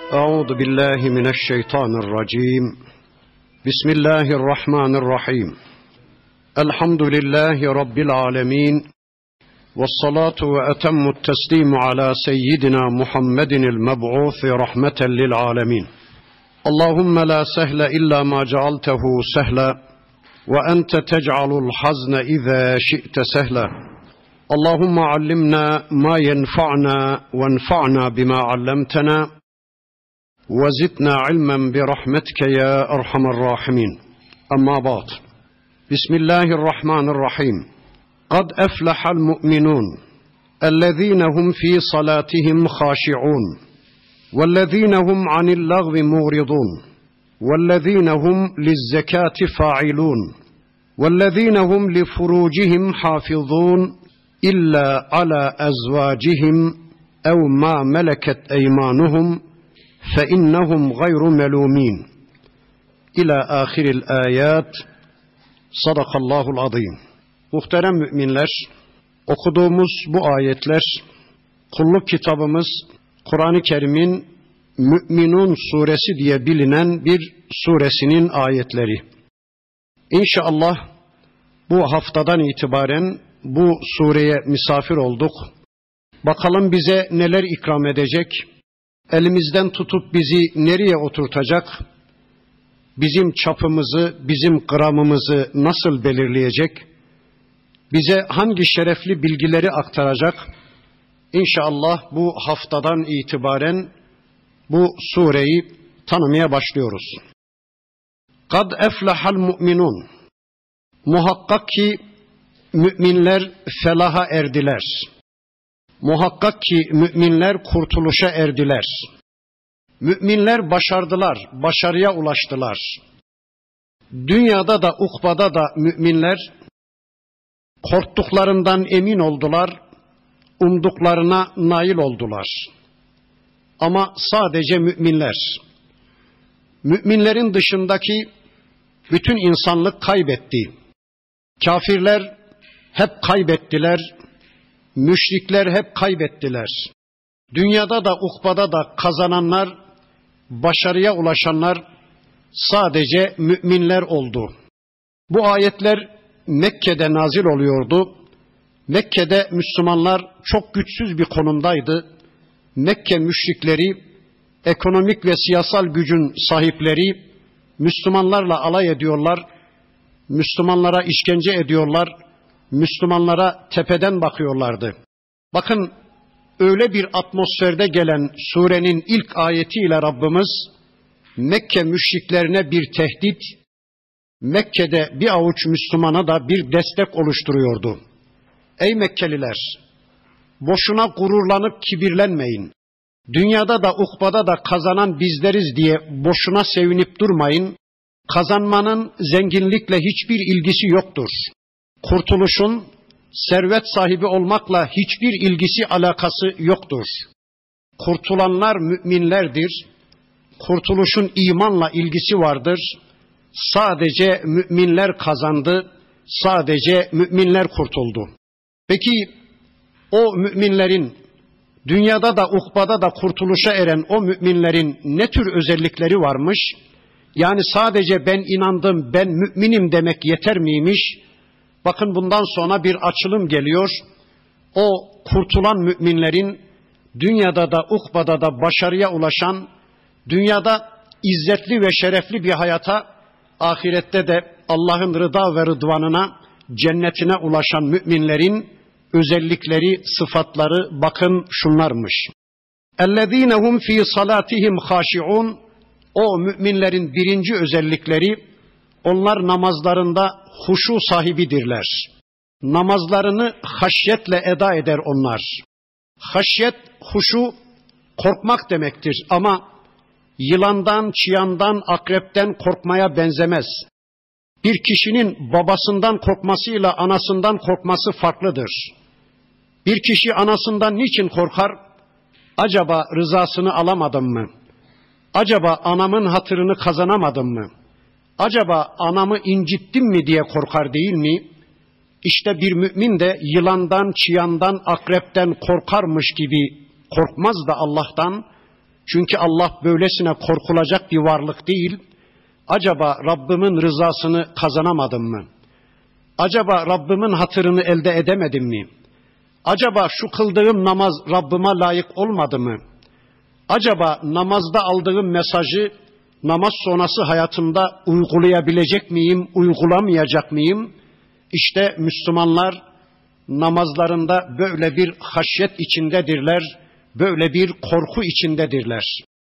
أعوذ بالله من الشيطان الرجيم. بسم الله الرحمن الرحيم. الحمد لله رب العالمين، والصلاة وأتم التسليم على سيدنا محمد المبعوث رحمة للعالمين. اللهم لا سهل إلا ما جعلته سهلا، وأنت تجعل الحزن إذا شئت سهلا. اللهم علمنا ما ينفعنا وانفعنا بما علمتنا، وزدنا علما برحمتك يا أرحم الراحمين. أما بعد، بسم الله الرحمن الرحيم. قد أفلح المؤمنون الذين هم في صلاتهم خاشعون، والذين هم عن اللغو معرضون، والذين هم للزكاة فاعلون، والذين هم لفروجهم حافظون إلا على أزواجهم أو ما ملكت أيمانهم فإنهم غير ملومين إلى آخر الآيات. Sadakallahul azim. Muhterem müminler, okuduğumuz bu ayetler kulluk kitabımız Kur'an-ı Kerim'in Mü'minun suresi diye bilinen bir suresinin ayetleri. İnşallah bu haftadan itibaren bu sureye misafir olduk. Bakalım bize neler ikram edecek? Elimizden tutup bizi nereye oturtacak? Bizim çapımızı, bizim gramımızı nasıl belirleyecek? Bize hangi şerefli bilgileri aktaracak? İnşallah bu haftadan itibaren bu sureyi tanımaya başlıyoruz. Kad eflahal mu'minun. Muhakkak ki müminler felaha erdiler. Muhakkak ki müminler kurtuluşa erdiler. Müminler başardılar, başarıya ulaştılar. Dünyada da ukbada da müminler korktuklarından emin oldular, umduklarına nail oldular. Ama sadece müminler, müminlerin dışındaki bütün insanlık kaybetti. Kafirler hep kaybettiler, müşrikler hep kaybettiler. Dünyada da ukbada da kazananlar, başarıya ulaşanlar sadece müminler oldu. Bu ayetler Mekke'de nazil oluyordu. Mekke'de Müslümanlar çok güçsüz bir konumdaydı. Mekke müşrikleri, ekonomik ve siyasal gücün sahipleri Müslümanlarla alay ediyorlar, Müslümanlara işkence ediyorlar, Müslümanlara tepeden bakıyorlardı. Bakın, öyle bir atmosferde gelen surenin ilk ayetiyle Rabbimiz Mekke müşriklerine bir tehdit, Mekke'de bir avuç Müslümana da bir destek oluşturuyordu. Ey Mekkeliler! Boşuna gururlanıp kibirlenmeyin. Dünyada da ukbada da kazanan bizleriz diye boşuna sevinip durmayın. Kazanmanın zenginlikle hiçbir ilgisi yoktur. Kurtuluşun servet sahibi olmakla hiçbir ilgisi, alakası yoktur. Kurtulanlar müminlerdir. Kurtuluşun imanla ilgisi vardır. Sadece müminler kazandı. Sadece müminler kurtuldu. Peki o müminlerin, dünyada da ukbada da kurtuluşa eren o müminlerin ne tür özellikleri varmış? Yani sadece ben inandım, ben müminim demek yeter miymiş? Bakın, bundan sonra bir açılım geliyor. O kurtulan müminlerin dünyada da ukbada da başarıya ulaşan, dünyada izzetli ve şerefli bir hayata, ahirette de Allah'ın rıda ve rıdvanına, cennetine ulaşan müminlerin özellikleri, sıfatları bakın şunlarmış. اَلَّذ۪ينَ هُمْ ف۪ي صَلَاتِهِمْ خَاشِعُونَ. O müminlerin birinci özellikleri, onlar namazlarında huşu sahibidirler. Namazlarını haşyetle eda eder onlar. Haşyet, huşu, korkmak demektir ama yılandan, çıyandan, akrepten korkmaya benzemez. Bir kişinin babasından korkmasıyla anasından korkması farklıdır. Bir kişi anasından niçin korkar? Acaba rızasını alamadım mı? Acaba anamın hatırını kazanamadım mı? Acaba anamı incittim mi diye korkar, değil mi? İşte bir mümin de yılandan, çıyandan, akrepten korkarmış gibi korkmaz da Allah'tan, Çünkü Allah böylesine korkulacak bir varlık değil. Acaba Rabbimin rızasını kazanamadım mı? Acaba Rabbimin hatırını elde edemedim mi? Acaba şu kıldığım namaz Rabbime layık olmadı mı? Acaba namazda aldığım mesajı namaz sonrası hayatımda uygulayabilecek miyim, uygulamayacak mıyım? İşte Müslümanlar namazlarında böyle bir haşyet içindedirler, böyle bir korku içindedirler.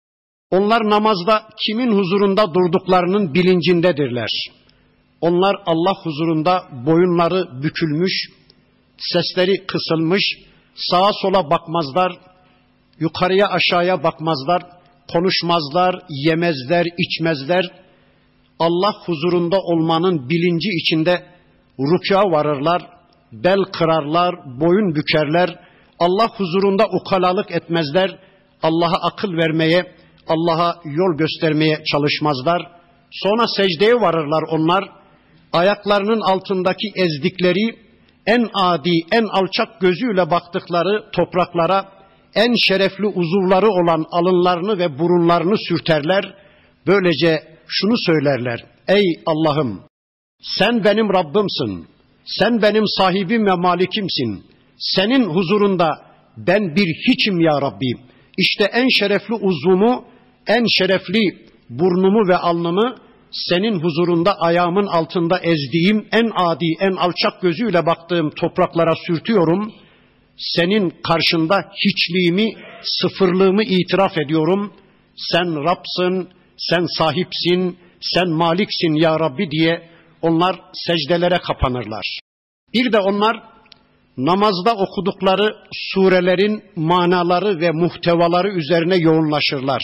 Onlar namazda kimin huzurunda durduklarının bilincindedirler. Onlar Allah huzurunda boyunları bükülmüş, sesleri kısılmış, sağa sola bakmazlar, yukarıya aşağıya bakmazlar, konuşmazlar, yemezler, içmezler. Allah huzurunda olmanın bilinci içinde rükûa varırlar, bel kırarlar, boyun bükerler. Allah huzurunda ukalalık etmezler. Allah'a akıl vermeye, Allah'a yol göstermeye çalışmazlar. Sonra secdeye varırlar onlar. Ayaklarının altındaki ezdikleri, en adi, en alçak gözüyle baktıkları topraklara, en şerefli uzuvları olan alınlarını ve burunlarını sürterler. Böylece şunu söylerler: ey Allah'ım, sen benim Rabbimsin, sen benim sahibim ve malikimsin. Senin huzurunda ben bir hiçim ya Rabbi. İşte en şerefli uzvumu, en şerefli burnumu ve alnımı senin huzurunda ayağımın altında ezdiğim, en adi, en alçak gözüyle baktığım topraklara sürtüyorum. Senin karşında hiçliğimi, sıfırlığımı itiraf ediyorum. Sen Rab'sın, sen sahipsin, sen maliksin ya Rabbi diye onlar secdelere kapanırlar. Bir de onlar namazda okudukları surelerin manaları ve muhtevaları üzerine yoğunlaşırlar.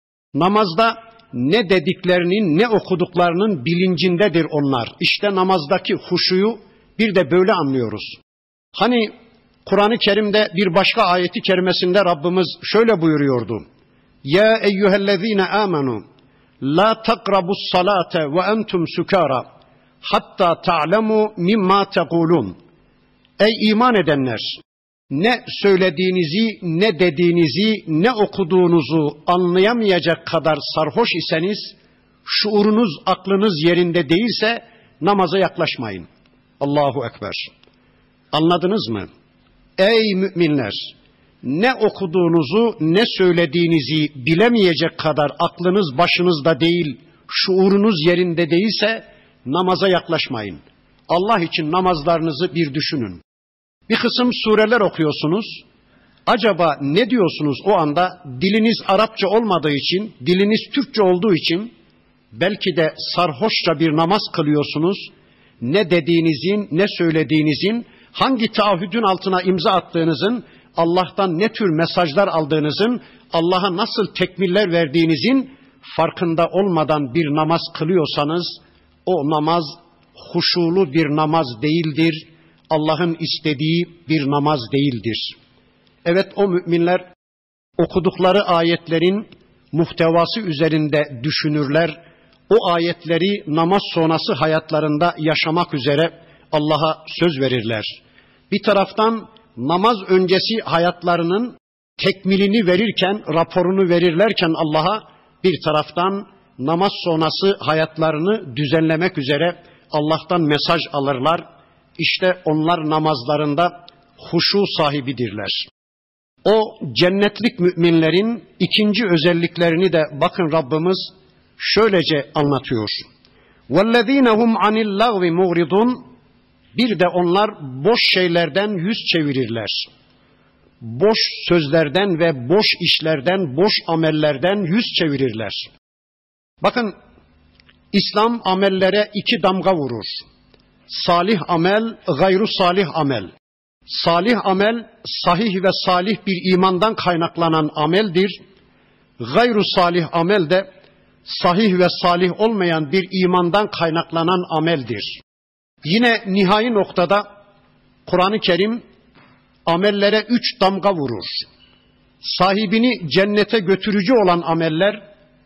Namazda ne dediklerinin, ne okuduklarının bilincindedir onlar. İşte namazdaki huşuyu bir de böyle anlıyoruz. Hani Kur'an-ı Kerim'de bir başka ayeti kerimesinde Rabbimiz şöyle buyuruyordu: Ya eyyühellezine amenu la takrabus salate ve entum sukara hatta ta'lemu mimma tekulun. Ey iman edenler! Ne söylediğinizi, ne dediğinizi, ne okuduğunuzu anlayamayacak kadar sarhoş iseniz, şuurunuz, aklınız yerinde değilse namaza yaklaşmayın. Allahu Ekber. Anladınız mı? Ey müminler! Ne okuduğunuzu, ne söylediğinizi bilemeyecek kadar aklınız başınızda değil, şuurunuz yerinde değilse namaza yaklaşmayın. Allah için namazlarınızı bir düşünün. Bir kısım sureler okuyorsunuz. Acaba ne diyorsunuz o anda? Diliniz Arapça olmadığı için, diliniz Türkçe olduğu için belki de sarhoşça bir namaz kılıyorsunuz. Ne dediğinizin, ne söylediğinizin, hangi taahhüdün altına imza attığınızın, Allah'tan ne tür mesajlar aldığınızın, Allah'a nasıl tekmiller verdiğinizin farkında olmadan bir namaz kılıyorsanız, o namaz huşulu bir namaz değildir. Allah'ın istediği bir namaz değildir. Evet, o müminler okudukları ayetlerin muhtevası üzerinde düşünürler. O ayetleri namaz sonrası hayatlarında yaşamak üzere Allah'a söz verirler. Bir taraftan namaz öncesi hayatlarının tekmilini verirken, raporunu verirlerken Allah'a, bir taraftan namaz sonrası hayatlarını düzenlemek üzere Allah'tan mesaj alırlar. İşte onlar namazlarında huşu sahibidirler. O cennetlik müminlerin ikinci özelliklerini de bakın Rabbimiz şöylece anlatıyor. وَالَّذ۪ينَ هُمْ عَنِ اللّٰغْوِ مُغْرِضُونَ. Bir de onlar boş şeylerden yüz çevirirler. Boş sözlerden ve boş işlerden, boş amellerden yüz çevirirler. Bakın, İslam amellere iki damga vurur. Salih amel, gayru salih amel. Salih amel, sahih ve salih bir imandan kaynaklanan ameldir. Gayru salih amel de sahih ve salih olmayan bir imandan kaynaklanan ameldir. Yine nihai noktada Kur'an-ı Kerim amellere üç damga vurur. Sahibini cennete götürücü olan ameller,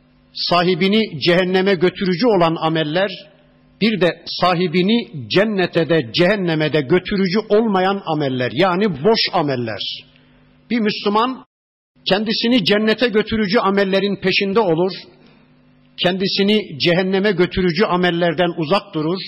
sahibini cehenneme götürücü olan ameller, bir de sahibini cennete de cehenneme de götürücü olmayan ameller, yani boş ameller. Bir Müslüman kendisini cennete götürücü amellerin peşinde olur, kendisini cehenneme götürücü amellerden uzak durur,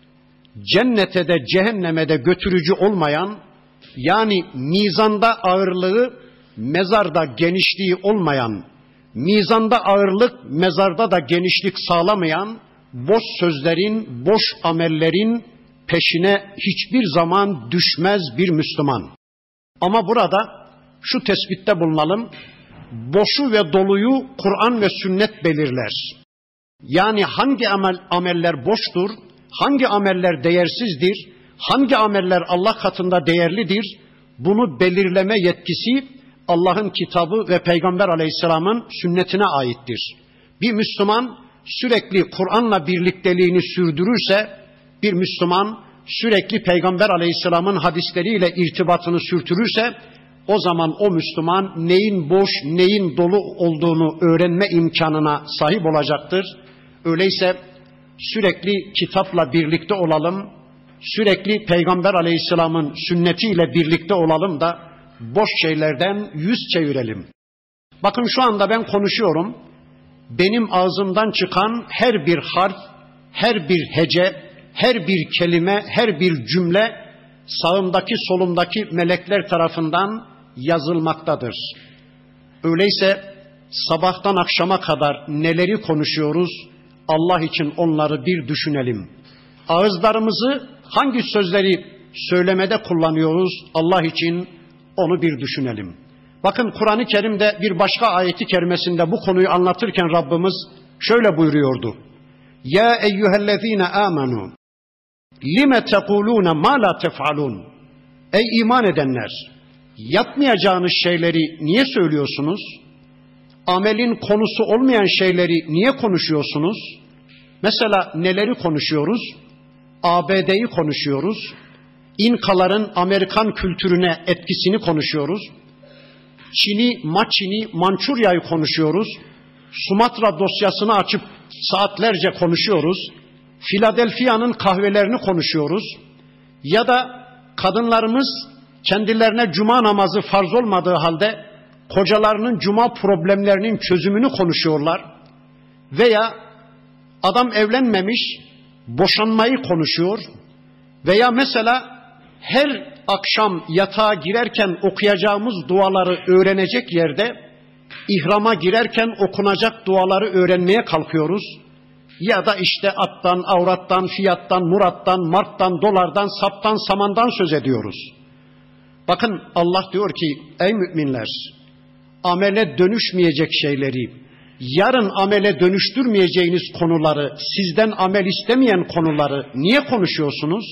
cennete de cehenneme de götürücü olmayan, yani mizanda ağırlığı, mezarda genişliği olmayan, mizanda ağırlık, mezarda da genişlik sağlamayan, boş sözlerin, boş amellerin peşine hiçbir zaman düşmez bir Müslüman. Ama burada şu tespitte bulunalım, boşu ve doluyu Kur'an ve sünnet belirler. Yani hangi ameller boştur, hangi ameller değersizdir, hangi ameller Allah katında değerlidir, bunu belirleme yetkisi Allah'ın kitabı ve Peygamber Aleyhisselam'ın sünnetine aittir. Bir Müslüman sürekli Kur'an'la birlikteliğini sürdürürse, bir Müslüman sürekli Peygamber Aleyhisselam'ın hadisleriyle irtibatını sürdürürse, o zaman o Müslüman neyin boş, neyin dolu olduğunu öğrenme imkanına sahip olacaktır. Öyleyse sürekli kitapla birlikte olalım, sürekli Peygamber Aleyhisselam'ın sünnetiyle birlikte olalım da boş şeylerden yüz çevirelim. Bakın şu anda ben konuşuyorum. Benim ağzımdan çıkan her bir harf, her bir hece, her bir kelime, her bir cümle sağımdaki solumdaki melekler tarafından yazılmaktadır. Öyleyse sabahtan akşama kadar neleri konuşuyoruz? Allah için onları bir düşünelim. Ağızlarımızı hangi sözleri söylemede kullanıyoruz? Allah için onu bir düşünelim. Bakın Kur'an-ı Kerim'de bir başka ayeti kerimesinde bu konuyu anlatırken Rabbimiz şöyle buyuruyordu. Ya eyyühellezine amenu lime tekulune ma la tef'alun. Ey iman edenler, yapmayacağınız şeyleri niye söylüyorsunuz? Amelin konusu olmayan şeyleri niye konuşuyorsunuz? Mesela neleri konuşuyoruz? ABD'yi konuşuyoruz. İnkaların Amerikan kültürüne etkisini konuşuyoruz. Çin'i, Maçin'i, Mançurya'yı konuşuyoruz. Sumatra dosyasını açıp saatlerce konuşuyoruz. Philadelphia'nın kahvelerini konuşuyoruz. Ya da kadınlarımız kendilerine cuma namazı farz olmadığı halde kocalarının cuma problemlerinin çözümünü konuşuyorlar. Veya adam evlenmemiş, boşanmayı konuşuyor. Veya mesela her akşam yatağa girerken okuyacağımız duaları öğrenecek yerde ihrama girerken okunacak duaları öğrenmeye kalkıyoruz. Ya da işte attan, avrattan, fiyattan, murattan, marktan, dolardan, saptan, samandan söz ediyoruz. Bakın Allah diyor ki ey müminler, amele dönüşmeyecek şeyleri, yarın amele dönüştürmeyeceğiniz konuları, sizden amel istemeyen konuları niye konuşuyorsunuz?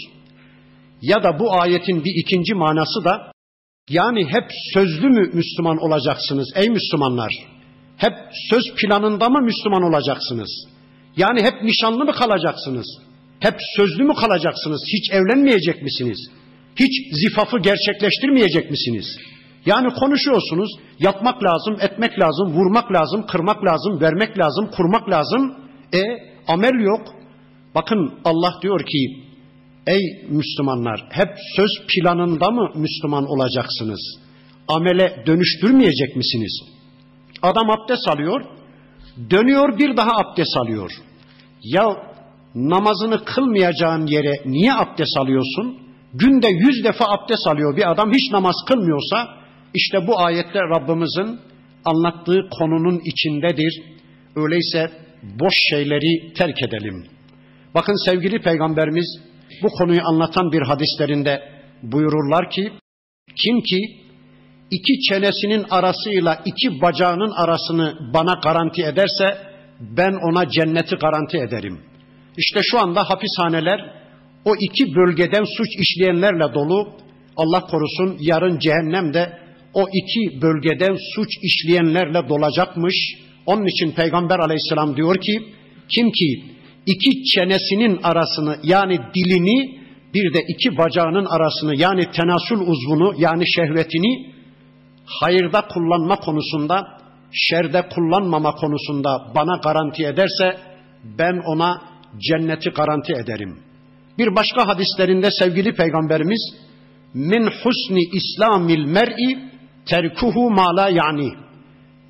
Ya da bu ayetin bir ikinci manası da, yani hep sözlü mü Müslüman olacaksınız ey Müslümanlar? Hep söz planında mı Müslüman olacaksınız? Yani hep nişanlı mı kalacaksınız? Hep sözlü mü kalacaksınız? Hiç evlenmeyecek misiniz? Hiç zifafı gerçekleştirmeyecek misiniz? Yani konuşuyorsunuz, yapmak lazım, etmek lazım, vurmak lazım, kırmak lazım, vermek lazım, kurmak lazım. Amel yok. Bakın Allah diyor ki, ey Müslümanlar, hep söz planında mı Müslüman olacaksınız? Amele dönüştürmeyecek misiniz? Adam abdest alıyor, dönüyor bir daha abdest alıyor. Ya namazını kılmayacağın yere niye abdest alıyorsun? Günde 100 defa abdest alıyor bir adam, hiç namaz kılmıyorsa, işte bu ayette Rabbimizin anlattığı konunun içindedir. Öyleyse boş şeyleri terk edelim. Bakın sevgili Peygamberimiz bu konuyu anlatan bir hadislerinde buyururlar ki, kim ki iki çenesinin arasıyla iki bacağının arasını bana garanti ederse, ben ona cenneti garanti ederim. İşte şu anda hapishaneler o iki bölgeden suç işleyenlerle dolu. Allah korusun yarın cehennemde o iki bölgeden suç işleyenlerle dolacakmış. Onun için Peygamber Aleyhisselam diyor ki, kim ki iki çenesinin arasını, yani dilini, bir de iki bacağının arasını, yani tenasül uzvunu, yani şehvetini hayırda kullanma konusunda, şerde kullanmama konusunda bana garanti ederse, ben ona cenneti garanti ederim. Bir başka hadislerinde sevgili Peygamberimiz, min husni islamil mer'i terkuhu ma la yani.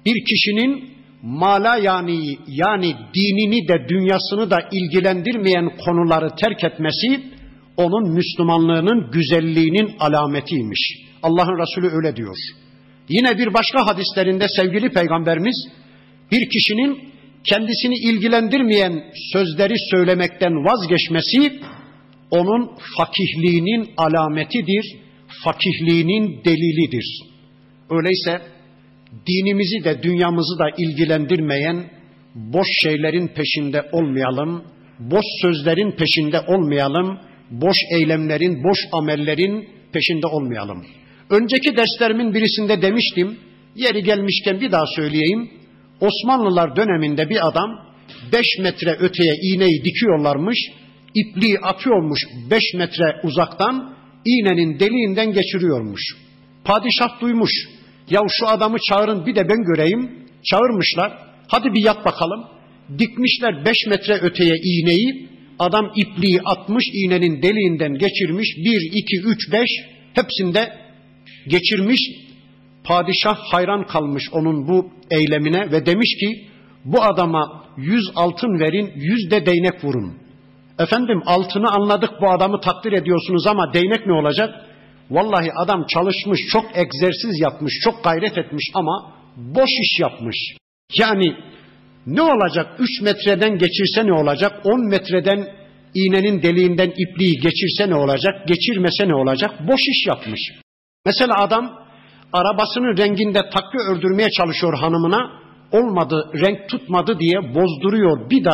bir kişinin mala yani dinini de dünyasını da ilgilendirmeyen konuları terk etmesi onun Müslümanlığının güzelliğinin alametiymiş. Allah'ın Resulü öyle diyor. Yine bir başka hadislerinde sevgili Peygamberimiz bir kişinin kendisini ilgilendirmeyen sözleri söylemekten vazgeçmesi onun fakihliğinin alametidir, fakihliğinin delilidir. Öyleyse dinimizi de dünyamızı da ilgilendirmeyen boş şeylerin peşinde olmayalım, boş sözlerin peşinde olmayalım, boş eylemlerin, boş amellerin peşinde olmayalım. Önceki derslerimin birisinde demiştim, yeri gelmişken bir daha söyleyeyim. Osmanlılar döneminde bir adam 5 metre öteye iğneyi dikiyorlarmış, ipliği atıyormuş 5 metre uzaktan, iğnenin deliğinden geçiriyormuş. Padişah duymuş, ya şu adamı çağırın bir de ben göreyim. Çağırmışlar, hadi bir yap bakalım. Dikmişler 5 metre öteye iğneyi, adam ipliği atmış, iğnenin deliğinden geçirmiş, 1, 2, 3, 5 hepsinde geçirmiş. Padişah hayran kalmış onun bu eylemine ve demiş ki bu adama 100 altın verin, 100 de değnek vurun. Efendim altını anladık, bu adamı takdir ediyorsunuz ama değnek ne olacak? Vallahi adam çalışmış, çok egzersiz yapmış, çok gayret etmiş ama boş iş yapmış. Yani ne olacak? 3 metreden geçirse ne olacak? 10 metreden iğnenin deliğinden ipliği geçirse ne olacak? Geçirmese ne olacak? Boş iş yapmış. Mesela adam arabasının renginde takke ördürmeye çalışıyor hanımına. Olmadı, renk tutmadı diye bozduruyor. Bir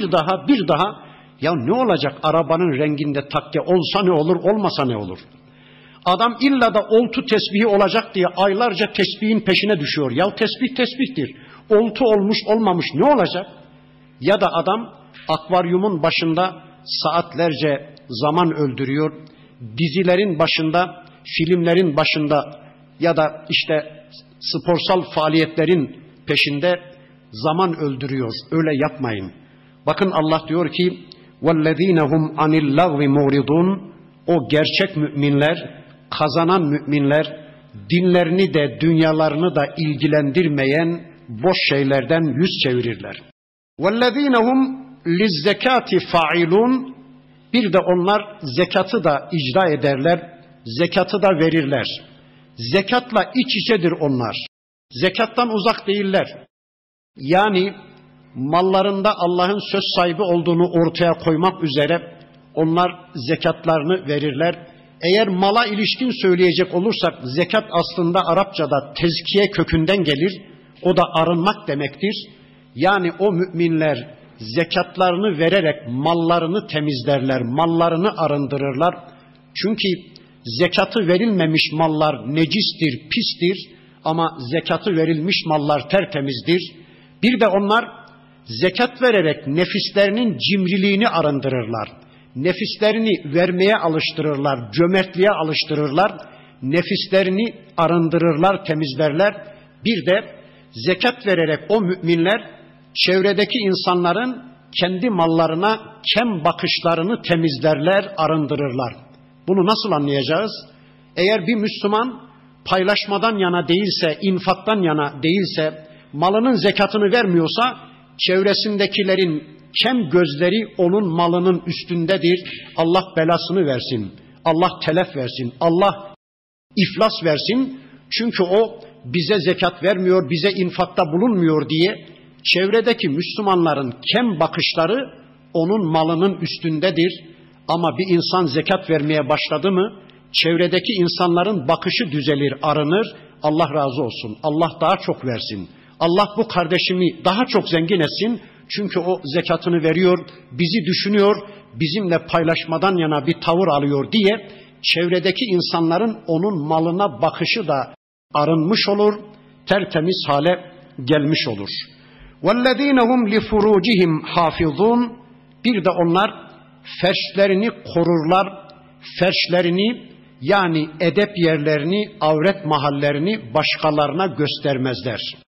daha. Ya ne olacak arabanın renginde takke? Olsa ne olur, olmasa ne olur? Adam illa da oltu tesbihi olacak diye aylarca tesbihin peşine düşüyor. Ya tesbih tesbihtir. Oltu olmuş olmamış ne olacak? Ya da adam akvaryumun başında saatlerce zaman öldürüyor. Dizilerin başında, filmlerin başında ya da işte sporsal faaliyetlerin peşinde zaman öldürüyor. Öyle yapmayın. Bakın Allah diyor ki وَالَّذ۪ينَ هُمْ عَنِ اللَّغْوِ مُعْرِضُونَ O gerçek müminler, kazanan müminler, dinlerini de dünyalarını da ilgilendirmeyen boş şeylerden yüz çevirirler. وَالَّذ۪ينَ هُمْ لِلزَّكَاتِ فَاعِلُونَ Bir de onlar zekatı da icra ederler, zekatı da verirler. Zekatla iç içedir onlar. Zekattan uzak değiller. Yani mallarında Allah'ın söz sahibi olduğunu ortaya koymak üzere onlar zekatlarını verirler. Eğer mala ilişkin söyleyecek olursak zekat aslında Arapçada tezkiye kökünden gelir. O da arınmak demektir. Yani o müminler zekatlarını vererek mallarını temizlerler, mallarını arındırırlar. Çünkü zekatı verilmemiş mallar necistir, pistir ama zekatı verilmiş mallar tertemizdir. Bir de onlar zekat vererek nefislerinin cimriliğini arındırırlar. Nefislerini vermeye alıştırırlar, cömertliğe alıştırırlar. Nefislerini arındırırlar, temizlerler. Bir de zekat vererek o müminler çevredeki insanların kendi mallarına kem bakışlarını temizlerler, arındırırlar. Bunu nasıl anlayacağız? Eğer bir Müslüman paylaşmadan yana değilse, infaktan yana değilse, malının zekatını vermiyorsa, çevresindekilerin kem gözleri onun malının üstündedir. Allah belasını versin, Allah telef versin, Allah iflas versin. Çünkü o bize zekat vermiyor, bize infakta bulunmuyor diye çevredeki Müslümanların kem bakışları onun malının üstündedir. Ama bir insan zekat vermeye başladı mı, çevredeki insanların bakışı düzelir, arınır. Allah razı olsun, Allah daha çok versin. Allah bu kardeşimi daha çok zengin etsin. Çünkü o zekatını veriyor, bizi düşünüyor, bizimle paylaşmadan yana bir tavır alıyor diye çevredeki insanların onun malına bakışı da arınmış olur, tertemiz hale gelmiş olur. وَالَّذ۪ينَ هُمْ لِفُرُوجِهِمْ حَافِظُونَ Bir de onlar ferşlerini korurlar, ferşlerini yani edep yerlerini, avret mahallerini başkalarına göstermezler.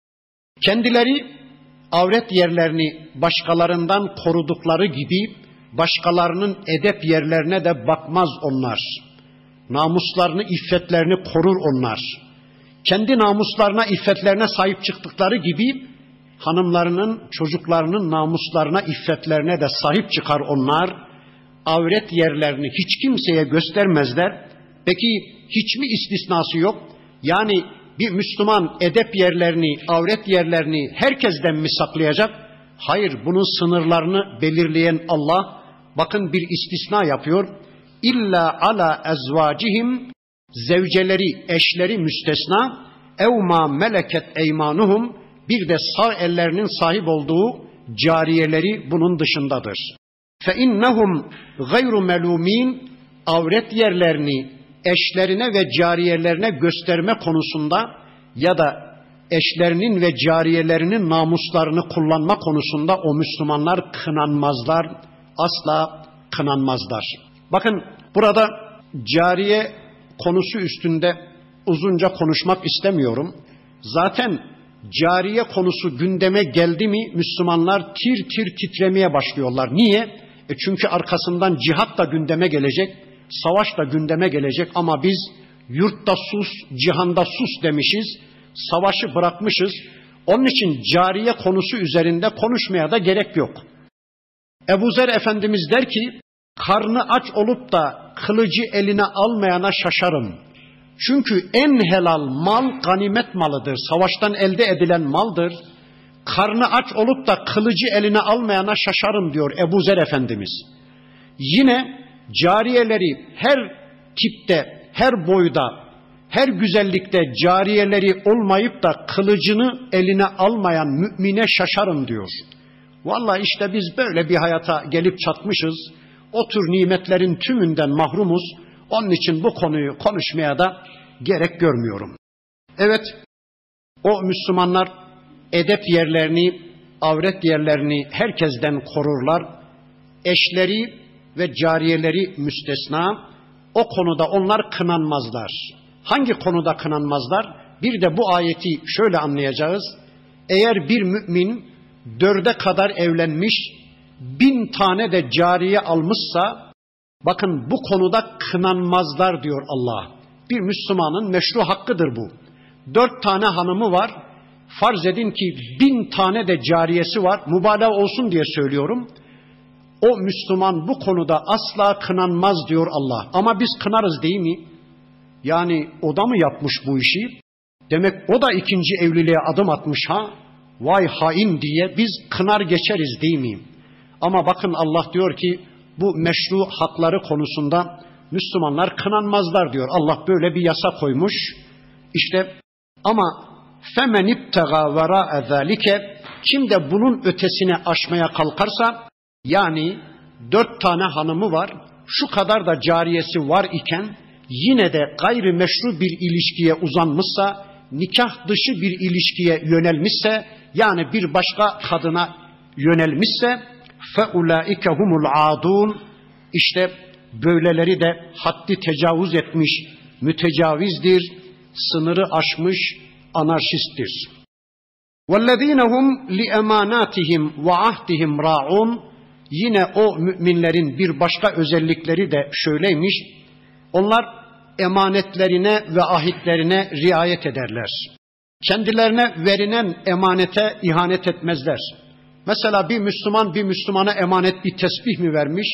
Kendileri avret yerlerini başkalarından korudukları gibi başkalarının edep yerlerine de bakmaz onlar. Namuslarını, iffetlerini korur onlar. kendi namuslarına, iffetlerine sahip çıktıkları gibi hanımlarının, çocuklarının namuslarına, iffetlerine de sahip çıkar onlar. Avret yerlerini hiç kimseye göstermezler. Peki hiç mi istisnası yok? Yani bir Müslüman edep yerlerini, avret yerlerini herkesten mi saklayacak? Hayır, bunun sınırlarını belirleyen Allah, bakın bir istisna yapıyor. İlla ala ezvacihim, zevceleri, eşleri müstesna, ev ma meleket eymanuhum, bir de sağ ellerinin sahip olduğu cariyeleri bunun dışındadır. Fe innehum gayru melumin, avret yerlerini eşlerine ve cariyelerine gösterme konusunda ya da eşlerinin ve cariyelerinin namuslarını kullanma konusunda o Müslümanlar kınanmazlar, asla kınanmazlar. Bakın burada cariye konusu üstünde uzunca konuşmak istemiyorum. Zaten cariye konusu gündeme geldi mi Müslümanlar tir tir titremeye başlıyorlar. Niye? Çünkü arkasından cihat da gündeme gelecek, savaş da gündeme gelecek ama biz yurtta sus, cihanda sus demişiz, savaşı bırakmışız. Onun için cariye konusu üzerinde konuşmaya da gerek yok. Ebu Zer Efendimiz der ki, karnı aç olup da kılıcı eline almayana şaşarım. Çünkü en helal mal ganimet malıdır, savaştan elde edilen maldır. Karnı aç olup da kılıcı eline almayana şaşarım diyor Ebu Zer Efendimiz. Yine cariyeleri her tipte, her boyda, her güzellikte cariyeleri olmayıp da kılıcını eline almayan mümine şaşarım diyor. Vallahi işte biz böyle bir hayata gelip çatmışız. O tür nimetlerin tümünden mahrumuz. Onun için bu konuyu konuşmaya da gerek görmüyorum. Evet, o Müslümanlar edep yerlerini, avret yerlerini herkesten korurlar. Eşleri ve cariyeleri müstesna. O konuda onlar kınanmazlar. Hangi konuda kınanmazlar? Bir de bu ayeti şöyle anlayacağız. Eğer bir mümin 4'e kadar evlenmiş, 1000 tane de cariye almışsa, bakın bu konuda kınanmazlar diyor Allah. Bir Müslümanın meşru hakkıdır bu. 4 tane hanımı var. Farz edin ki 1000 tane de cariyesi var. Mübalağa olsun diye söylüyorum. O Müslüman bu konuda asla kınanmaz diyor Allah. Ama biz kınarız değil mi? Yani o da mı yapmış bu işi? Demek o da ikinci evliliğe adım atmış ha? Vay hain diye biz kınar geçeriz değil mi? Ama bakın Allah diyor ki bu meşru hakları konusunda Müslümanlar kınanmazlar diyor. Allah böyle bir yasa koymuş. İşte ama femen ibtega vera zalike, kim de bunun ötesine aşmaya kalkarsa, yani 4 tane hanımı var, şu kadar da cariyesi var iken yine de gayrimeşru bir ilişkiye uzanmışsa, nikah dışı bir ilişkiye yönelmişse, yani bir başka kadına yönelmişse, feulaike humul adun, işte böyleleri de haddi tecavüz etmiş, mütecavizdir, sınırı aşmış anarşisttir. وَالَّذ۪ينَ هُمْ لِاَمَانَاتِهِمْ وَعَهْدِهِمْ رَاعُونَ, yine o müminlerin bir başka özellikleri de şöyleymiş. Onlar emanetlerine ve ahitlerine riayet ederler. Kendilerine verilen emanete ihanet etmezler. Mesela bir Müslüman bir Müslümana emanet bir tesbih mi vermiş?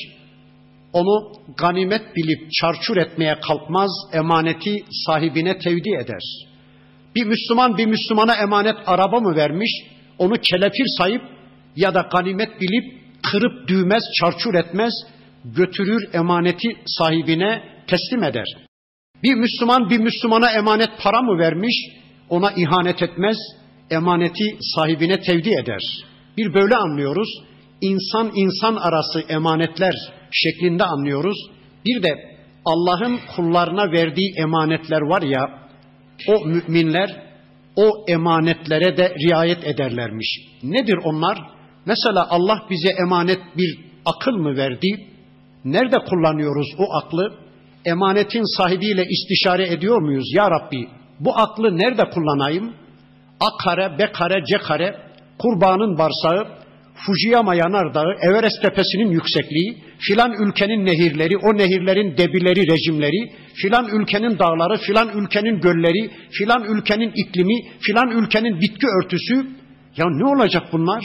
Onu ganimet bilip çarçur etmeye kalkmaz, emaneti sahibine tevdi eder. Bir Müslüman bir Müslümana emanet araba mı vermiş? Onu kelepir sayıp ya da ganimet bilip kırıp düğmez, çarçur etmez, götürür emaneti sahibine teslim eder. Bir Müslüman bir Müslümana emanet para mı vermiş? Ona ihanet etmez, emaneti sahibine tevdi eder. Bir böyle anlıyoruz. İnsan insan arası emanetler şeklinde anlıyoruz. Bir de Allah'ın kullarına verdiği emanetler var ya, o müminler o emanetlere de riayet ederlermiş. Nedir onlar? Mesela Allah bize emanet bir akıl mı verdi? Nerede kullanıyoruz o aklı? Emanetin sahibiyle istişare ediyor muyuz? Ya Rabbi, bu aklı nerede kullanayım? A kare, B kare, C kare, kurbanın bağırsağı, Fujiyama yanardağı, Everest tepesinin yüksekliği, filan ülkenin nehirleri, o nehirlerin debileri, rejimleri, filan ülkenin dağları, filan ülkenin gölleri, filan ülkenin iklimi, filan ülkenin bitki örtüsü. Ya ne olacak bunlar?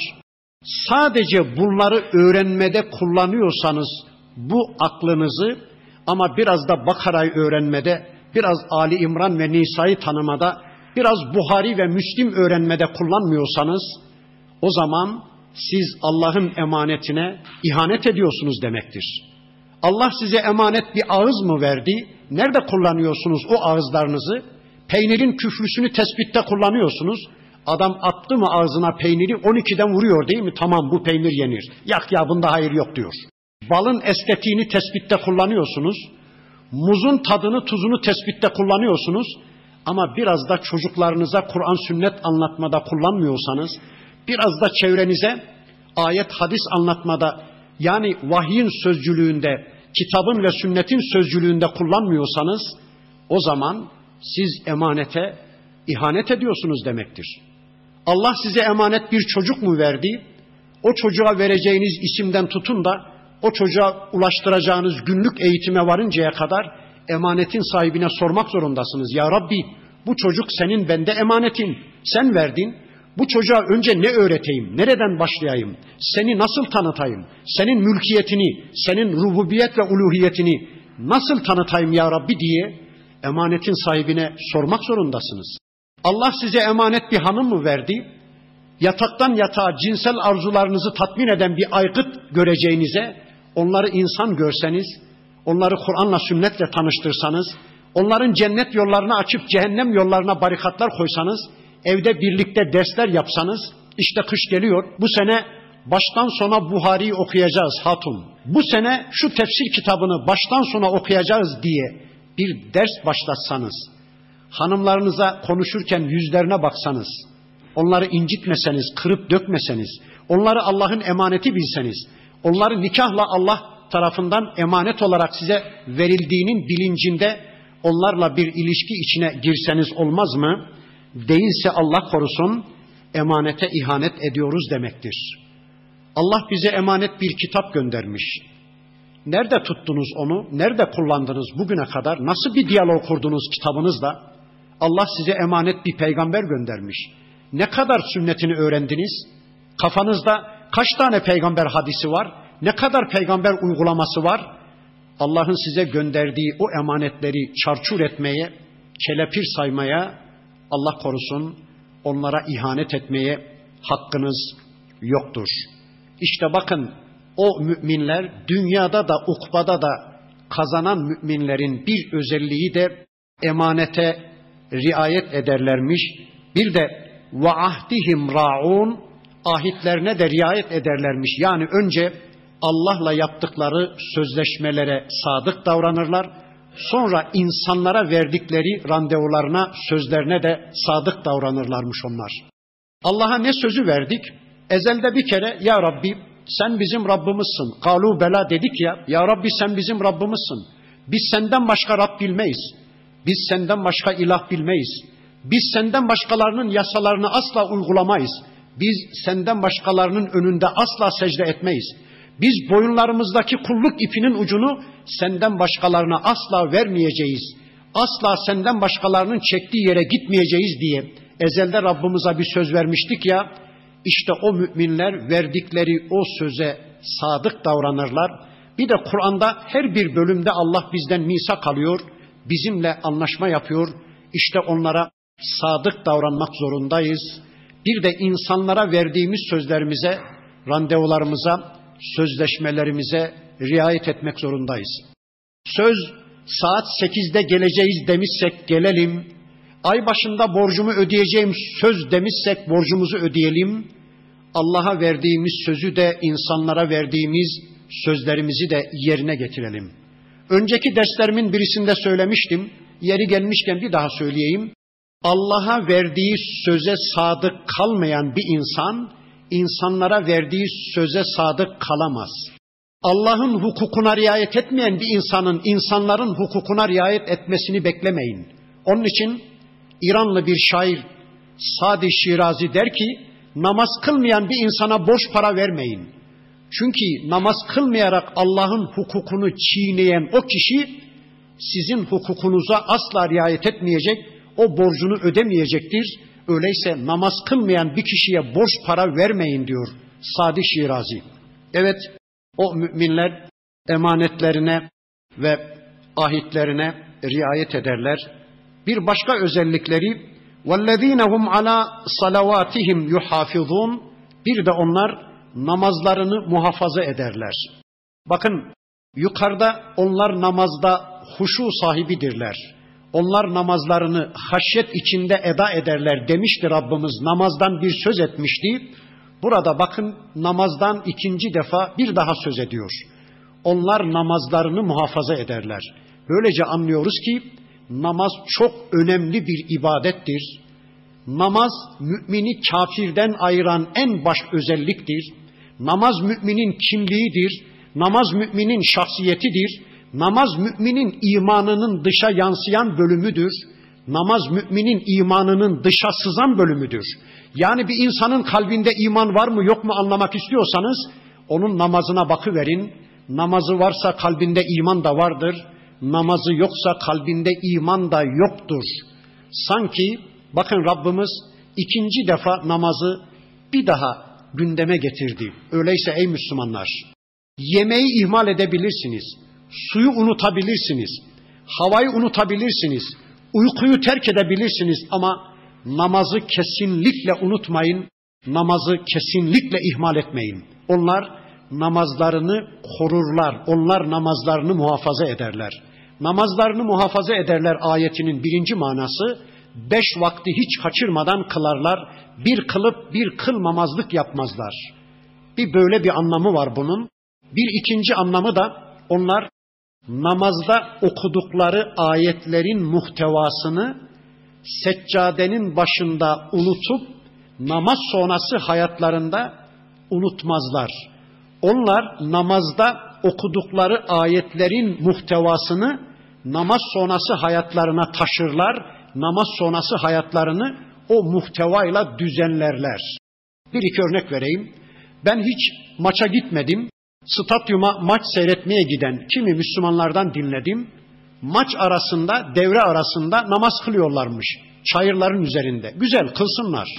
Sadece bunları öğrenmede kullanıyorsanız bu aklınızı, ama biraz da Bakara'yı öğrenmede, biraz Ali İmran ve Nisa'yı tanımada, biraz Buhari ve Müslim öğrenmede kullanmıyorsanız, o zaman siz Allah'ın emanetine ihanet ediyorsunuz demektir. Allah size emanet bir ağız mı verdi? Nerede kullanıyorsunuz o ağızlarınızı? Peynirin küflüsünü tespitte kullanıyorsunuz. Adam attı mı ağzına peyniri 12'den vuruyor değil mi? Tamam, bu peynir yenir. Yak ya, bunda hayır yok diyor. Balın estetiğini tespitte kullanıyorsunuz. Muzun tadını, tuzunu tespitte kullanıyorsunuz. Ama biraz da çocuklarınıza Kur'an sünnet anlatmada kullanmıyorsanız, biraz da çevrenize ayet hadis anlatmada, yani vahyin sözcülüğünde, kitabın ve sünnetin sözcülüğünde kullanmıyorsanız, o zaman siz emanete ihanet ediyorsunuz demektir. Allah size emanet bir çocuk mu verdi? O çocuğa vereceğiniz isimden tutun da o çocuğa ulaştıracağınız günlük eğitime varıncaya kadar emanetin sahibine sormak zorundasınız. Ya Rabbi, bu çocuk senin, bende emanetin. Sen verdin. Bu çocuğa önce ne öğreteyim? Nereden başlayayım? Seni nasıl tanıtayım? Senin mülkiyetini, senin rububiyet ve uluhiyetini nasıl tanıtayım ya Rabbi diye emanetin sahibine sormak zorundasınız. Allah size emanet bir hanım mı verdi? Yataktan yatağa cinsel arzularınızı tatmin eden bir aygıt göreceğinize, onları insan görseniz, onları Kur'an'la sünnetle tanıştırsanız, onların cennet yollarını açıp cehennem yollarına barikatlar koysanız, evde birlikte dersler yapsanız, işte kış geliyor, bu sene baştan sona Buhari'yi okuyacağız hatun, bu sene şu tefsir kitabını baştan sona okuyacağız diye bir ders başlatsanız, hanımlarınıza konuşurken yüzlerine baksanız, onları incitmeseniz, kırıp dökmeseniz, onları Allah'ın emaneti bilseniz, onları nikahla Allah tarafından emanet olarak size verildiğinin bilincinde onlarla bir ilişki içine girseniz olmaz mı? Değilse Allah korusun, emanete ihanet ediyoruz demektir. Allah bize emanet bir kitap göndermiş. Nerede tuttunuz onu? Nerede kullandınız bugüne kadar? Nasıl bir diyalog kurdunuz kitabınızla? Allah size emanet bir peygamber göndermiş. Ne kadar sünnetini öğrendiniz? Kafanızda kaç tane peygamber hadisi var? Ne kadar peygamber uygulaması var? Allah'ın size gönderdiği o emanetleri çarçur etmeye, kelepir saymaya, Allah korusun, onlara ihanet etmeye hakkınız yoktur. İşte bakın, o müminler dünyada da ukbada da kazanan müminlerin bir özelliği de emanete riayet ederlermiş. Bir de ve ahdihim ra'un, ahitlerine de riayet ederlermiş. Yani önce Allah'la yaptıkları sözleşmelere sadık davranırlar. Sonra insanlara verdikleri randevularına, sözlerine de sadık davranırlarmış onlar. Allah'a ne sözü verdik? Ezelde bir kere ya Rabbi sen bizim Rabbimizsin. Kalu bela dedik ya. Ya Rabbi sen bizim Rabbimizsin. Biz senden başka Rab bilmeyiz. Biz senden başka ilah bilmeyiz. Biz senden başkalarının yasalarını asla uygulamayız. Biz senden başkalarının önünde asla secde etmeyiz. Biz boyunlarımızdaki kulluk ipinin ucunu senden başkalarına asla vermeyeceğiz. Asla senden başkalarının çektiği yere gitmeyeceğiz diye ezelde Rabbimize bir söz vermiştik ya. İşte o müminler verdikleri o söze sadık davranırlar. Bir de Kur'an'da her bir bölümde Allah bizden misak alıyor, bizimle anlaşma yapıyor. İşte onlara sadık davranmak zorundayız. Bir de insanlara verdiğimiz sözlerimize, randevularımıza, sözleşmelerimize riayet etmek zorundayız. Söz saat 8'de geleceğiz demişsek gelelim. Ay başında borcumu ödeyeceğim söz demişsek borcumuzu ödeyelim. Allah'a verdiğimiz sözü de insanlara verdiğimiz sözlerimizi de yerine getirelim. Önceki derslerimin birisinde söylemiştim. Yeri gelmişken bir daha söyleyeyim. Allah'a verdiği söze sadık kalmayan bir insan, insanlara verdiği söze sadık kalamaz. Allah'ın hukukuna riayet etmeyen bir insanın insanların hukukuna riayet etmesini beklemeyin. Onun için İranlı bir şair Sadi Şirazi der ki, namaz kılmayan bir insana boş para vermeyin. Çünkü namaz kılmayarak Allah'ın hukukunu çiğneyen o kişi sizin hukukunuza asla riayet etmeyecek, o borcunu ödemeyecektir. Öyleyse namaz kılmayan bir kişiye borç para vermeyin diyor Sadi Şirazi. Evet, o müminler emanetlerine ve ahitlerine riayet ederler. Bir başka özellikleri وَالَّذ۪ينَ هُمْ عَلَى صَلَوَاتِهِمْ يُحَافِظُونَ. Bir de onlar namazlarını muhafaza ederler. Bakın, yukarıda onlar namazda huşu sahibidirler. Onlar namazlarını haşyet içinde eda ederler demişti Rabbimiz. Namazdan bir söz etmişti. Burada bakın namazdan ikinci defa bir daha söz ediyor. Onlar namazlarını muhafaza ederler. Böylece anlıyoruz ki namaz çok önemli bir ibadettir. Namaz mümini kafirden ayıran en baş özelliktir. Namaz müminin kimliğidir. Namaz müminin şahsiyetidir. Namaz müminin imanının dışa yansıyan bölümüdür. Namaz müminin imanının dışa sızan bölümüdür. Yani bir insanın kalbinde iman var mı yok mu anlamak istiyorsanız onun namazına bakıverin. Namazı varsa kalbinde iman da vardır. Namazı yoksa kalbinde iman da yoktur. Sanki bakın Rabbimiz ikinci defa namazı bir daha gündeme getirdi. Öyleyse ey Müslümanlar, yemeği ihmal edebilirsiniz, suyu unutabilirsiniz, havayı unutabilirsiniz, uykuyu terk edebilirsiniz ama namazı kesinlikle unutmayın, namazı kesinlikle ihmal etmeyin. Onlar namazlarını korurlar, onlar namazlarını muhafaza ederler. Namazlarını muhafaza ederler ayetinin birinci manası, 5 vakti hiç kaçırmadan kılarlar, bir kılıp bir kılmamazlık yapmazlar. Bir böyle bir anlamı var bunun. Bir ikinci anlamı da onlar namazda okudukları ayetlerin muhtevasını seccadenin başında unutup namaz sonrası hayatlarında unutmazlar. Onlar namazda okudukları ayetlerin muhtevasını namaz sonrası hayatlarına taşırlar, namaz sonrası hayatlarını o muhtevayla düzenlerler. Bir iki örnek vereyim. Ben hiç maça gitmedim. Stadyuma maç seyretmeye giden kimi Müslümanlardan dinledim. Maç arasında, devre arasında namaz kılıyorlarmış. Çayırların üzerinde. Güzel, kılsınlar.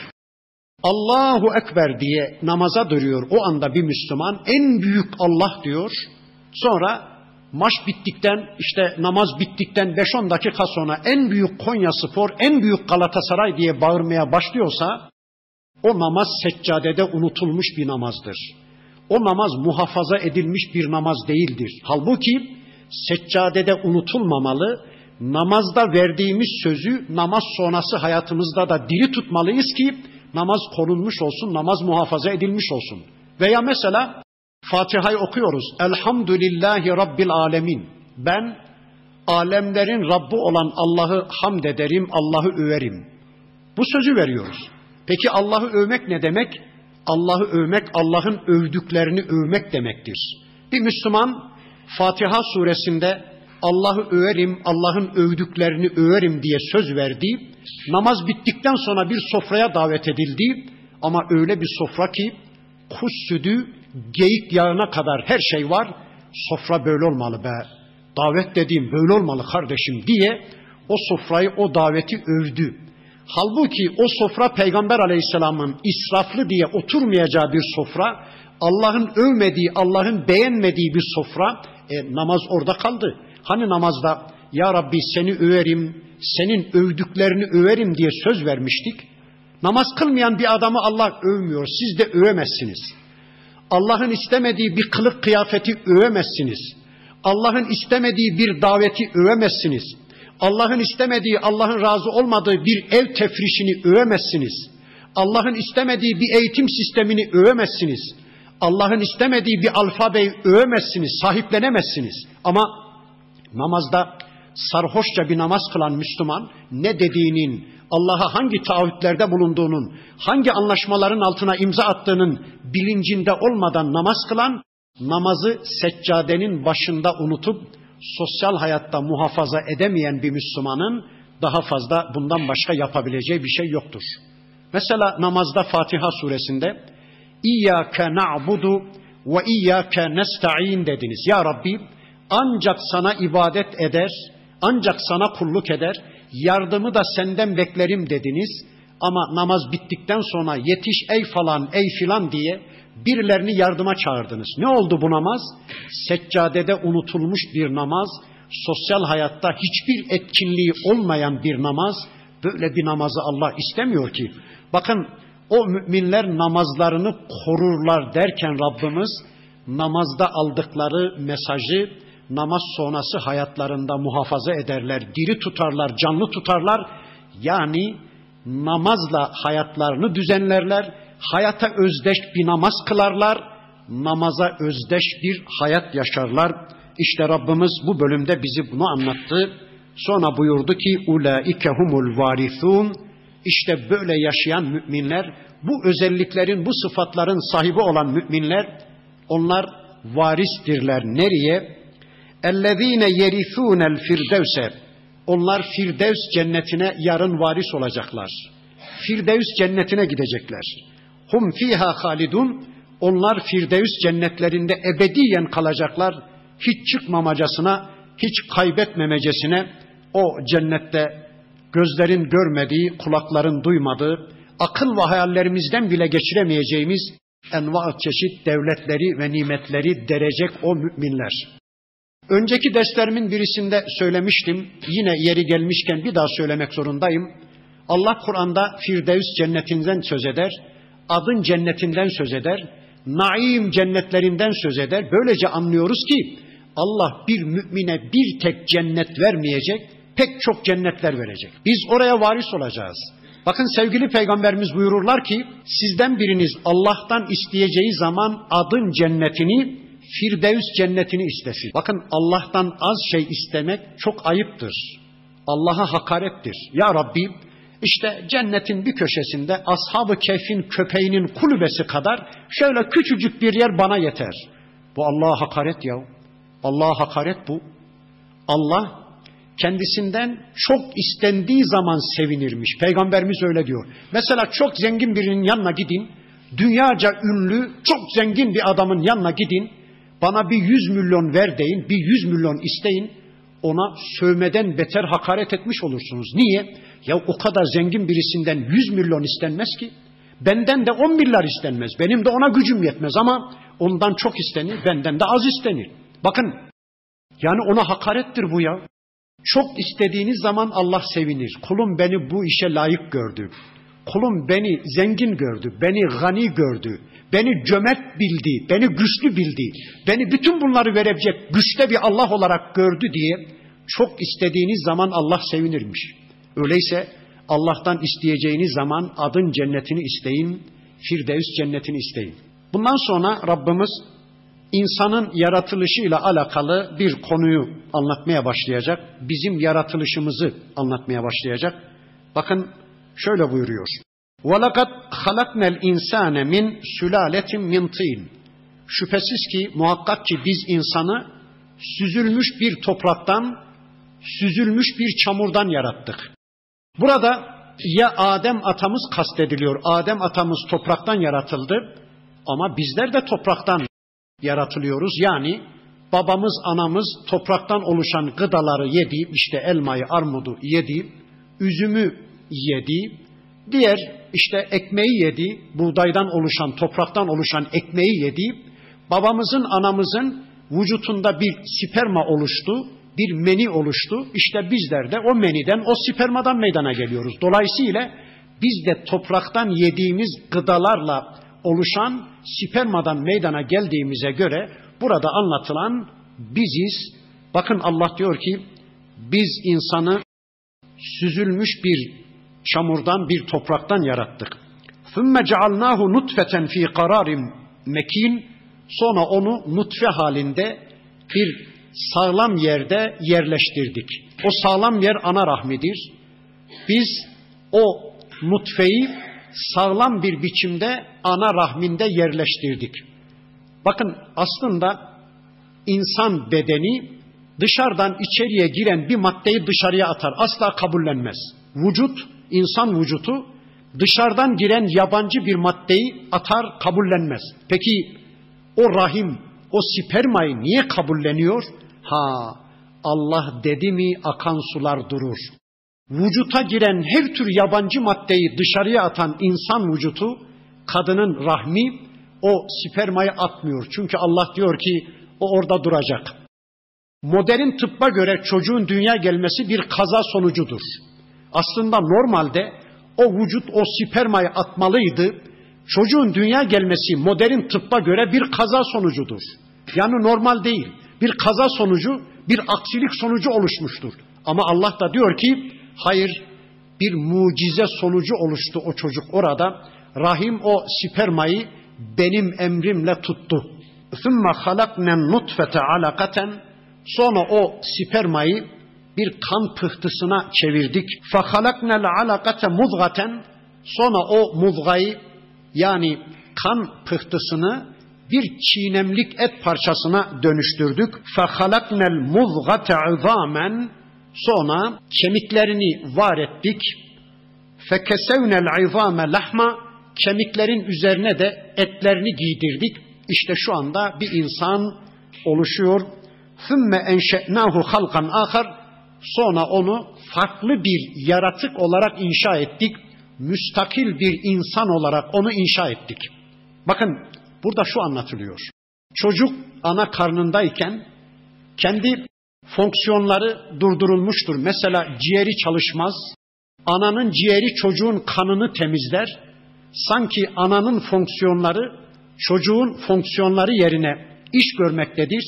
Allahu Ekber diye namaza duruyor o anda bir Müslüman. En büyük Allah diyor. Sonra maç bittikten, işte namaz bittikten 5-10 dakika sonra en büyük Konyaspor, en büyük Galatasaray diye bağırmaya başlıyorsa o namaz seccadede unutulmuş bir namazdır. O namaz muhafaza edilmiş bir namaz değildir. Halbuki seccadede unutulmamalı, namazda verdiğimiz sözü namaz sonrası hayatımızda da diri tutmalıyız ki namaz korunmuş olsun, namaz muhafaza edilmiş olsun. Veya mesela Fatiha'yı okuyoruz. Elhamdülillahi Rabbil alemin. Ben alemlerin Rabbi olan Allah'ı hamd ederim, Allah'ı överim. Bu sözü veriyoruz. Peki Allah'ı övmek ne demek? Allah'ı övmek, Allah'ın övdüklerini övmek demektir. Bir Müslüman Fatiha suresinde Allah'ı överim, Allah'ın övdüklerini överim diye söz verdi. Namaz bittikten sonra bir sofraya davet edildi. Ama öyle bir sofra ki kuş sütü, geyik yağına kadar her şey var. Sofra böyle olmalı be. Davet dediğim böyle olmalı kardeşim diye o sofrayı, o daveti övdü. Halbuki o sofra Peygamber Aleyhisselam'ın israflı diye oturmayacağı bir sofra, Allah'ın övmediği, Allah'ın beğenmediği bir sofra, namaz orada kaldı. Hani namazda ya Rabbi seni överim, senin övdüklerini överim diye söz vermiştik. Namaz kılmayan bir adamı Allah övmüyor, siz de övemezsiniz. Allah'ın istemediği bir kılık kıyafeti övemezsiniz. Allah'ın istemediği bir daveti övemezsiniz. Allah'ın istemediği, Allah'ın razı olmadığı bir ev tefrişini övemezsiniz. Allah'ın istemediği bir eğitim sistemini övemezsiniz. Allah'ın istemediği bir alfabeyi övemezsiniz, sahiplenemezsiniz. Ama namazda sarhoşça bir namaz kılan Müslüman ne dediğinin, Allah'a hangi taahhütlerde bulunduğunun, hangi anlaşmaların altına imza attığının bilincinde olmadan namaz kılan, namazı seccadenin başında unutup sosyal hayatta muhafaza edemeyen bir Müslümanın daha fazla bundan başka yapabileceği bir şey yoktur. Mesela namazda Fatiha suresinde İyyâke na'budu ve iyyâke nesta'in dediniz. Ya Rabbi, ancak sana ibadet eder, ancak sana kulluk eder, yardımı da senden beklerim dediniz. Ama namaz bittikten sonra yetiş ey falan ey filan diye birilerini yardıma çağırdınız. Ne oldu bu namaz? Seccadede unutulmuş bir namaz, sosyal hayatta hiçbir etkinliği olmayan bir namaz. Böyle bir namazı Allah istemiyor ki. Bakın, o müminler namazlarını korurlar derken Rabbimiz namazda aldıkları mesajı namaz sonrası hayatlarında muhafaza ederler, diri tutarlar, canlı tutarlar. Yani namazla hayatlarını düzenlerler, hayata özdeş bir namaz kılarlar, namaza özdeş bir hayat yaşarlar. İşte Rabbimiz bu bölümde bizi bunu anlattı. Sonra buyurdu ki ulaike humul varithun. İşte böyle yaşayan müminler, bu özelliklerin, bu sıfatların sahibi olan müminler, onlar varistirler. Nereye? Ellezine yerithunel firdevse. Onlar Firdevs cennetine yarın varis olacaklar. Firdevs cennetine gidecekler. Hum fiha halidun. Onlar Firdevs cennetlerinde ebediyen kalacaklar. Hiç çıkmamacasına, hiç kaybetmemecesine o cennette gözlerin görmediği, kulakların duymadığı, akıl ve hayallerimizden bile geçiremeyeceğimiz enva çeşit devletleri ve nimetleri derecek o müminler. Önceki derslerimin birisinde söylemiştim. Yine yeri gelmişken bir daha söylemek zorundayım. Allah Kur'an'da Firdevs cennetinden söz eder, adın cennetinden söz eder, naim cennetlerinden söz eder. Böylece anlıyoruz ki Allah bir mümine bir tek cennet vermeyecek, pek çok cennetler verecek. Biz oraya varis olacağız. Bakın sevgili Peygamberimiz buyururlar ki sizden biriniz Allah'tan isteyeceği zaman adın cennetini, Firdevs cennetini istesin. Bakın Allah'tan az şey istemek çok ayıptır. Allah'a hakarettir. Ya Rabbi, işte cennetin bir köşesinde Ashab-ı Kehf'in köpeğinin kulübesi kadar şöyle küçücük bir yer bana yeter. Bu Allah'a hakaret ya. Allah'a hakaret bu. Allah kendisinden çok istendiği zaman sevinirmiş. Peygamberimiz öyle diyor. Mesela çok zengin birinin yanına gidin, dünyaca ünlü, çok zengin bir adamın yanına gidin, bana bir 100 milyon ver deyin, bir 100 milyon isteyin, ona sövmeden beter hakaret etmiş olursunuz. Niye? Ya o kadar zengin birisinden 100 milyon istenmez ki. Benden de 10 milyar istenmez. Benim de ona gücüm yetmez ama ondan çok istenir, benden de az istenir. Bakın, yani ona hakarettir bu ya. Çok istediğiniz zaman Allah sevinir. Kulum beni bu işe layık gördü. Kulum beni zengin gördü, beni gani gördü, beni cömert bildi, beni güçlü bildi, beni bütün bunları verebilecek güçte bir Allah olarak gördü diye çok istediğiniz zaman Allah sevinirmiş. Öyleyse Allah'tan isteyeceğiniz zaman adın cennetini isteyin, Firdevs cennetini isteyin. Bundan sonra Rabbimiz insanın yaratılışıyla alakalı bir konuyu anlatmaya başlayacak. Bizim yaratılışımızı anlatmaya başlayacak. Bakın şöyle buyuruyor. وَلَقَدْ خَلَقْنَا الْاِنْسَانَ مِنْ سُلَالَةٍ مِنْ طِينٍ. Şüphesiz ki, muhakkak ki biz insanı süzülmüş bir topraktan, süzülmüş bir çamurdan yarattık. Burada ya Adem atamız kastediliyor. Adem atamız topraktan yaratıldı ama bizler de topraktan yaratılıyoruz. Yani babamız, anamız topraktan oluşan gıdaları yedi, işte elmayı, armudu yedi, üzümü yedi, diğer işte ekmeği yedi, buğdaydan oluşan, topraktan oluşan ekmeği yedi. Babamızın, anamızın vücutunda bir sperma oluştu, bir meni oluştu. İşte bizler de o meniden, o spermadan meydana geliyoruz. Dolayısıyla biz de topraktan yediğimiz gıdalarla oluşan spermadan meydana geldiğimize göre burada anlatılan biziz. Bakın Allah diyor ki biz insanı süzülmüş bir çamurdan, bir topraktan yarattık. ثُمَّ جَعَلْنَاهُ نُطْفَةً ف۪ي قَرَارٍ mekin. Sonra onu nutfe halinde bir sağlam yerde yerleştirdik. O sağlam yer ana rahmidir. Biz o nutfeyi sağlam bir biçimde ana rahminde yerleştirdik. Bakın aslında insan bedeni dışarıdan içeriye giren bir maddeyi dışarıya atar. Asla kabullenmez. Vücut, insan vücutu dışarıdan giren yabancı bir maddeyi atar, kabullenmez. Peki o rahim, o spermayı niye kabulleniyor? Allah dedi mi akan sular durur. Vücuta giren her tür yabancı maddeyi dışarıya atan insan vücutu, kadının rahmi o spermayı atmıyor. Çünkü Allah diyor ki o orada duracak. Modern tıbba göre çocuğun dünya gelmesi bir kaza sonucudur. Aslında normalde o vücut o spermayı atmalıydı. Çocuğun dünya gelmesi modern tıbba göre bir kaza sonucudur. Yani normal değil. Bir kaza sonucu, bir aksilik sonucu oluşmuştur. Ama Allah da diyor ki hayır, bir mucize sonucu oluştu o çocuk orada. Rahim o spermayı benim emrimle tuttu. ثُمَّ خَلَقْنَا النُّطْفَةَ عَلَقَةً Sonra o spermayı bir kan pıhtısına çevirdik. فَخَلَقْنَا الْعَلَقَةَ مُضْغَةً Sonra o mudgayı yani kan pıhtısını bir çiğnemlik et parçasına dönüştürdük. فَخَلَقْنَا الْمُضْغَةَ عِظَامًا Sonra kemiklerini var ettik. فَكَسَوْنَا الْعِظَامَ لَحْمًا Kemiklerin üzerine de etlerini giydirdik. İşte şu anda bir insan oluşuyor. ثُمَّ اَنْشَأْنَاهُ خَلْقًا آخَرٍ Sonra onu farklı bir yaratık olarak inşa ettik. Müstakil bir insan olarak onu inşa ettik. Bakın burada şu anlatılıyor. Çocuk ana karnındayken kendi fonksiyonları durdurulmuştur. Mesela ciğeri çalışmaz. Ananın ciğeri çocuğun kanını temizler. Sanki ananın fonksiyonları çocuğun fonksiyonları yerine iş görmektedir.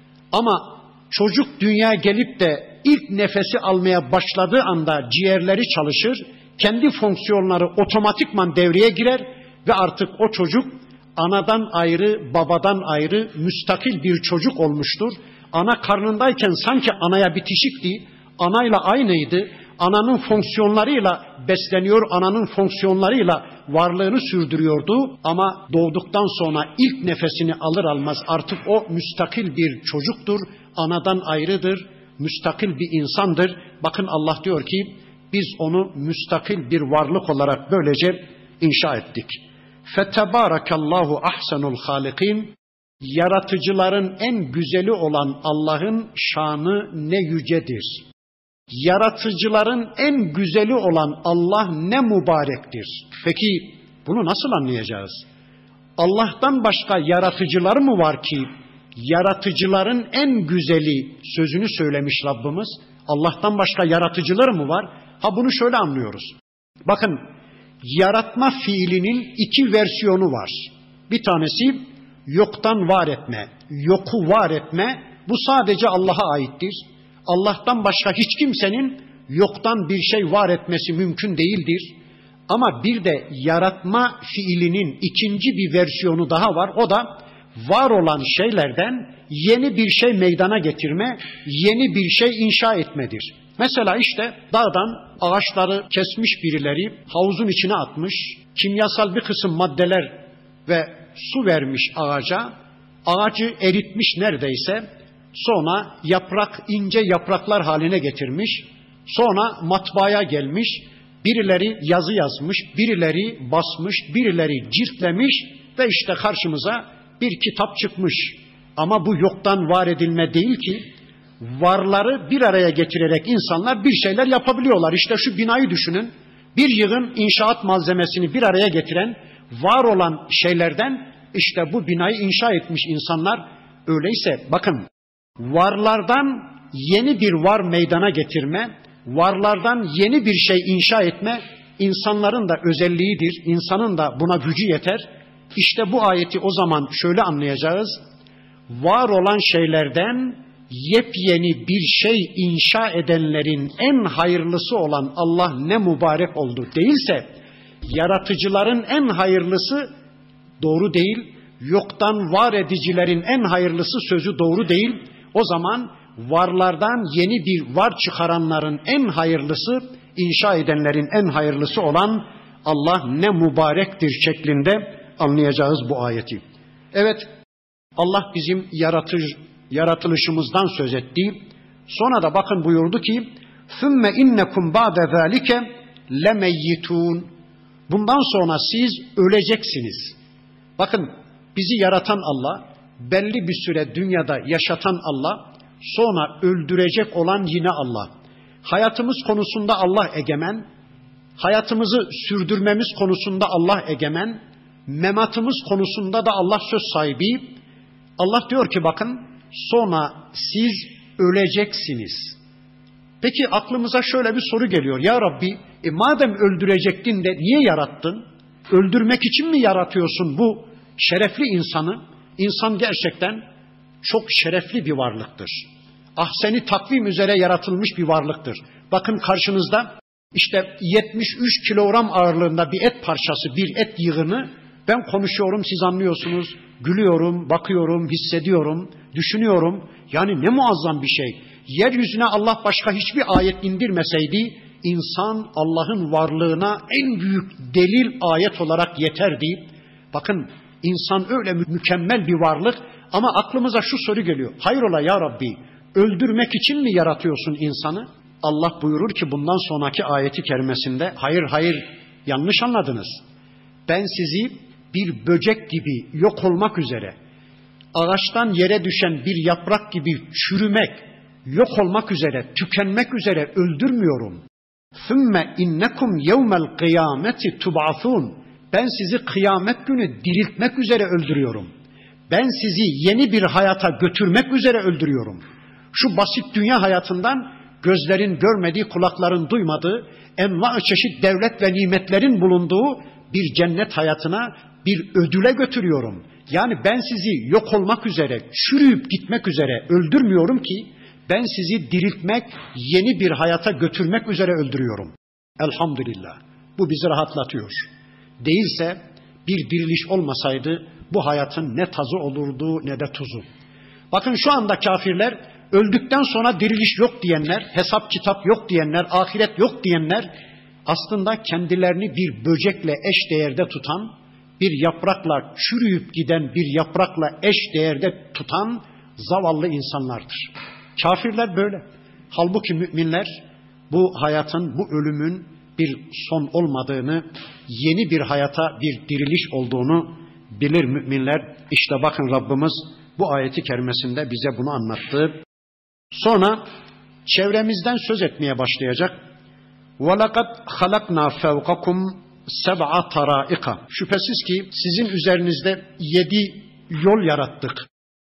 Ama çocuk dünyaya gelip de ilk nefesi almaya başladığı anda ciğerleri çalışır. Kendi fonksiyonları otomatikman devreye girer ve artık o çocuk anadan ayrı, babadan ayrı, müstakil bir çocuk olmuştur. Ana karnındayken sanki anaya bitişikti, anayla aynıydı. Ananın fonksiyonlarıyla besleniyor, ananın fonksiyonlarıyla varlığını sürdürüyordu. Ama doğduktan sonra ilk nefesini alır almaz artık o müstakil bir çocuktur, anadan ayrıdır, müstakil bir insandır. Bakın Allah diyor ki biz onu müstakil bir varlık olarak böylece inşa ettik. Fetebarakallahu ahsenul halikin. Yaratıcıların en güzeli olan Allah'ın şanı ne yücedir. Yaratıcıların en güzeli olan Allah ne mübarektir. Peki bunu nasıl anlayacağız? Allah'tan başka yaratıcılar mı var ki yaratıcıların en güzeli sözünü söylemiş Rabbimiz? Allah'tan başka yaratıcılar mı var? Bunu şöyle anlıyoruz. Bakın yaratma fiilinin iki versiyonu var. Bir tanesi yoktan var etme, yoku var etme. Bu sadece Allah'a aittir. Allah'tan başka hiç kimsenin yoktan bir şey var etmesi mümkün değildir. Ama bir de yaratma fiilinin ikinci bir versiyonu daha var. O da var olan şeylerden yeni bir şey meydana getirme, yeni bir şey inşa etmedir. Mesela işte dağdan ağaçları kesmiş birileri, havuzun içine atmış, kimyasal bir kısım maddeler ve su vermiş ağaca, ağacı eritmiş neredeyse, sonra ince yapraklar haline getirmiş, sonra matbaaya gelmiş, birileri yazı yazmış, birileri basmış, birileri ciltlemiş ve işte karşımıza bir kitap çıkmış. Ama bu yoktan var edilme değil ki, varları bir araya getirerek insanlar bir şeyler yapabiliyorlar. İşte şu binayı düşünün, bir yığın inşaat malzemesini bir araya getiren, var olan şeylerden işte bu binayı inşa etmiş insanlar. Öyleyse bakın, varlardan yeni bir var meydana getirme, varlardan yeni bir şey inşa etme, insanların da özelliğidir, insanın da buna gücü yeter. İşte bu ayeti o zaman şöyle anlayacağız, var olan şeylerden yepyeni bir şey inşa edenlerin en hayırlısı olan Allah ne mübarek oldu değilse, yaratıcıların en hayırlısı doğru değil, yoktan var edicilerin en hayırlısı sözü doğru değil. O zaman varlardan yeni bir var çıkaranların en hayırlısı, inşa edenlerin en hayırlısı olan Allah ne mübarektir şeklinde anlayacağız bu ayeti. Evet, Allah bizim yaratılışımızdan söz etti. Sonra da bakın buyurdu ki ثُمَّ اِنَّكُمْ بَعْدَ ذَٰلِكَ لَمَيِّتُونَ Bundan sonra siz öleceksiniz. Bakın, bizi yaratan Allah, belli bir süre dünyada yaşatan Allah, sonra öldürecek olan yine Allah. Hayatımız konusunda Allah egemen, hayatımızı sürdürmemiz konusunda Allah egemen, mematımız konusunda da Allah söz sahibi. Allah diyor ki bakın, sonra siz öleceksiniz. Peki aklımıza şöyle bir soru geliyor. Ya Rabbi, madem öldürecektin de niye yarattın? Öldürmek için mi yaratıyorsun bu şerefli insanı? İnsan gerçekten çok şerefli bir varlıktır. Ahseni takvim üzere yaratılmış bir varlıktır. Bakın karşınızda işte 73 kilogram ağırlığında bir et parçası, bir et yığını. Ben konuşuyorum, siz anlıyorsunuz. Gülüyorum, bakıyorum, hissediyorum, düşünüyorum. Yani ne muazzam bir şey. Yeryüzüne Allah başka hiçbir ayet indirmeseydi, insan Allah'ın varlığına en büyük delil ayet olarak yeterdi. Bakın, insan öyle mükemmel bir varlık ama aklımıza şu soru geliyor. Hayrola ya Rabbi, öldürmek için mi yaratıyorsun insanı? Allah buyurur ki bundan sonraki ayeti kerimesinde, hayır, yanlış anladınız. Ben sizi bir böcek gibi yok olmak üzere, ağaçtan yere düşen bir yaprak gibi çürümek, yok olmak üzere, tükenmek üzere öldürmüyorum. ثُمَّ اِنَّكُمْ يَوْمَ الْقِيَامَةِ تُبْعَثُونَ. Ben sizi kıyamet günü diriltmek üzere öldürüyorum. Ben sizi yeni bir hayata götürmek üzere öldürüyorum. Şu basit dünya hayatından gözlerin görmediği, kulakların duymadığı, enva çeşit devlet ve nimetlerin bulunduğu bir cennet hayatına, bir ödüle götürüyorum. Yani ben sizi yok olmak üzere, çürüyüp gitmek üzere öldürmüyorum ki, ben sizi diriltmek, yeni bir hayata götürmek üzere öldürüyorum. Elhamdülillah. Bu bizi rahatlatıyor. Değilse bir diriliş olmasaydı bu hayatın ne tazı olurdu ne de tuzu. Bakın şu anda kafirler, öldükten sonra diriliş yok diyenler, hesap kitap yok diyenler, ahiret yok diyenler, aslında kendilerini bir böcekle eş değerde tutan, bir yaprakla çürüyüp giden bir yaprakla eş değerde tutan zavallı insanlardır. Kafirler böyle. Halbuki müminler bu hayatın, bu ölümün bir son olmadığını, yeni bir hayata bir diriliş olduğunu bilir müminler. İşte bakın Rabbimiz bu ayeti kerimesinde bize bunu anlattı. Sonra çevremizden söz etmeye başlayacak. وَلَقَدْ خَلَقْنَا فَوْقَكُمْ سَبْعَ طَرَائِقَ. Şüphesiz ki sizin üzerinizde 7 yol yarattık.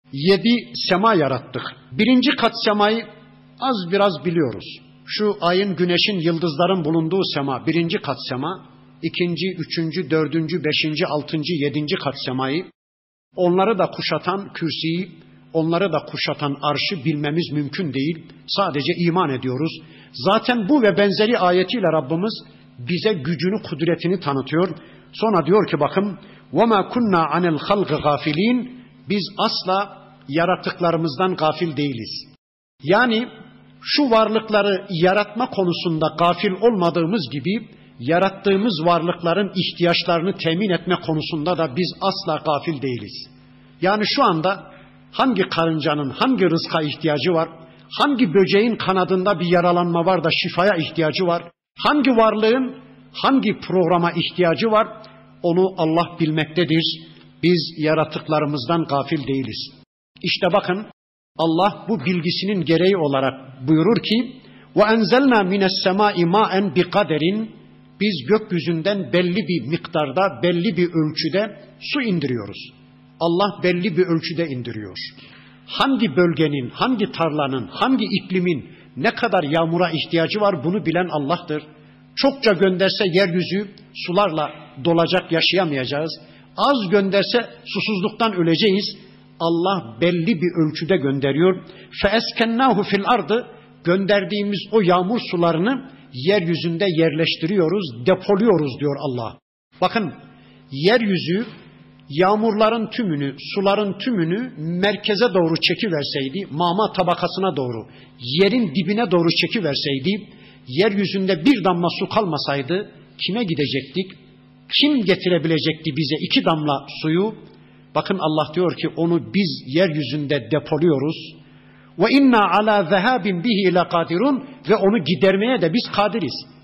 7 sema yarattık. Birinci kat semayı az biraz biliyoruz. Şu ayın, güneşin, yıldızların bulunduğu sema, birinci kat sema, ikinci, üçüncü, dördüncü, beşinci, altıncı, yedinci kat semayı, onları da kuşatan kürsiyi, onları da kuşatan arşı bilmemiz mümkün değil. Sadece iman ediyoruz. Zaten bu ve benzeri ayetiyle Rabbimiz bize gücünü, kudretini tanıtıyor. Sonra diyor ki bakın, وَمَا كُنَّا عَنِ الْخَلْقِ غَافِلِينَ. Biz asla yarattıklarımızdan gafil değiliz. Yani şu varlıkları yaratma konusunda gafil olmadığımız gibi, yarattığımız varlıkların ihtiyaçlarını temin etme konusunda da biz asla gafil değiliz. Yani şu anda hangi karıncanın hangi rızka ihtiyacı var, hangi böceğin kanadında bir yaralanma var da şifaya ihtiyacı var, hangi varlığın hangi programa ihtiyacı var, onu Allah bilmektedir. Biz yarattıklarımızdan gafil değiliz. İşte bakın Allah bu bilgisinin gereği olarak buyurur ki وَاَنْزَلْنَا مِنَ السَّمَاءِ مَاءً بِقَدَرٍ. Biz gökyüzünden belli bir miktarda, belli bir ölçüde su indiriyoruz. Allah belli bir ölçüde indiriyor. Hangi bölgenin, hangi tarlanın, hangi iklimin ne kadar yağmura ihtiyacı var bunu bilen Allah'tır. Çokça gönderse yeryüzü sularla dolacak, yaşayamayacağız. Az gönderse susuzluktan öleceğiz. Allah belli bir ölçüde gönderiyor. فَاَسْكَنَّاهُ فِي الْاَرْضِ. Gönderdiğimiz o yağmur sularını yeryüzünde yerleştiriyoruz, depoluyoruz diyor Allah. Bakın yeryüzü yağmurların tümünü, suların tümünü merkeze doğru çekiverseydi, mama tabakasına doğru, yerin dibine doğru çekiverseydi, yeryüzünde bir damla su kalmasaydı kime gidecektik? Kim getirebilecekti bize 2 damla suyu? Bakın Allah diyor ki onu biz yeryüzünde depoluyoruz. Ve inna ala zehabin bihi laqadirun. Ve onu gidermeye de biz kadiriz.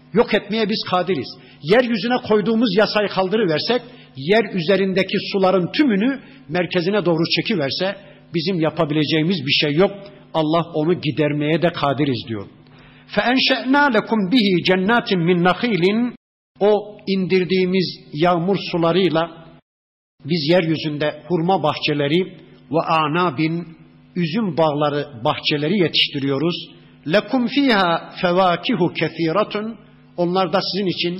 Yok etmeye biz kadiriz. Yeryüzüne koyduğumuz yasayı kaldırıversek, yer üzerindeki suların tümünü merkezine doğru çekiverse, bizim yapabileceğimiz bir şey yok. Allah onu gidermeye de kadiriz diyor. فَاَنْشَأْنَا لَكُمْ بِهِ جَنَّاتٍ مِنْ نَخِيلٍ O indirdiğimiz yağmur sularıyla biz yeryüzünde hurma bahçeleri ve anabin, üzüm bağları, bahçeleri yetiştiriyoruz. لَكُمْ فِيهَا فَوَاكِهُ كَثِيرَةٌ Onlarda sizin için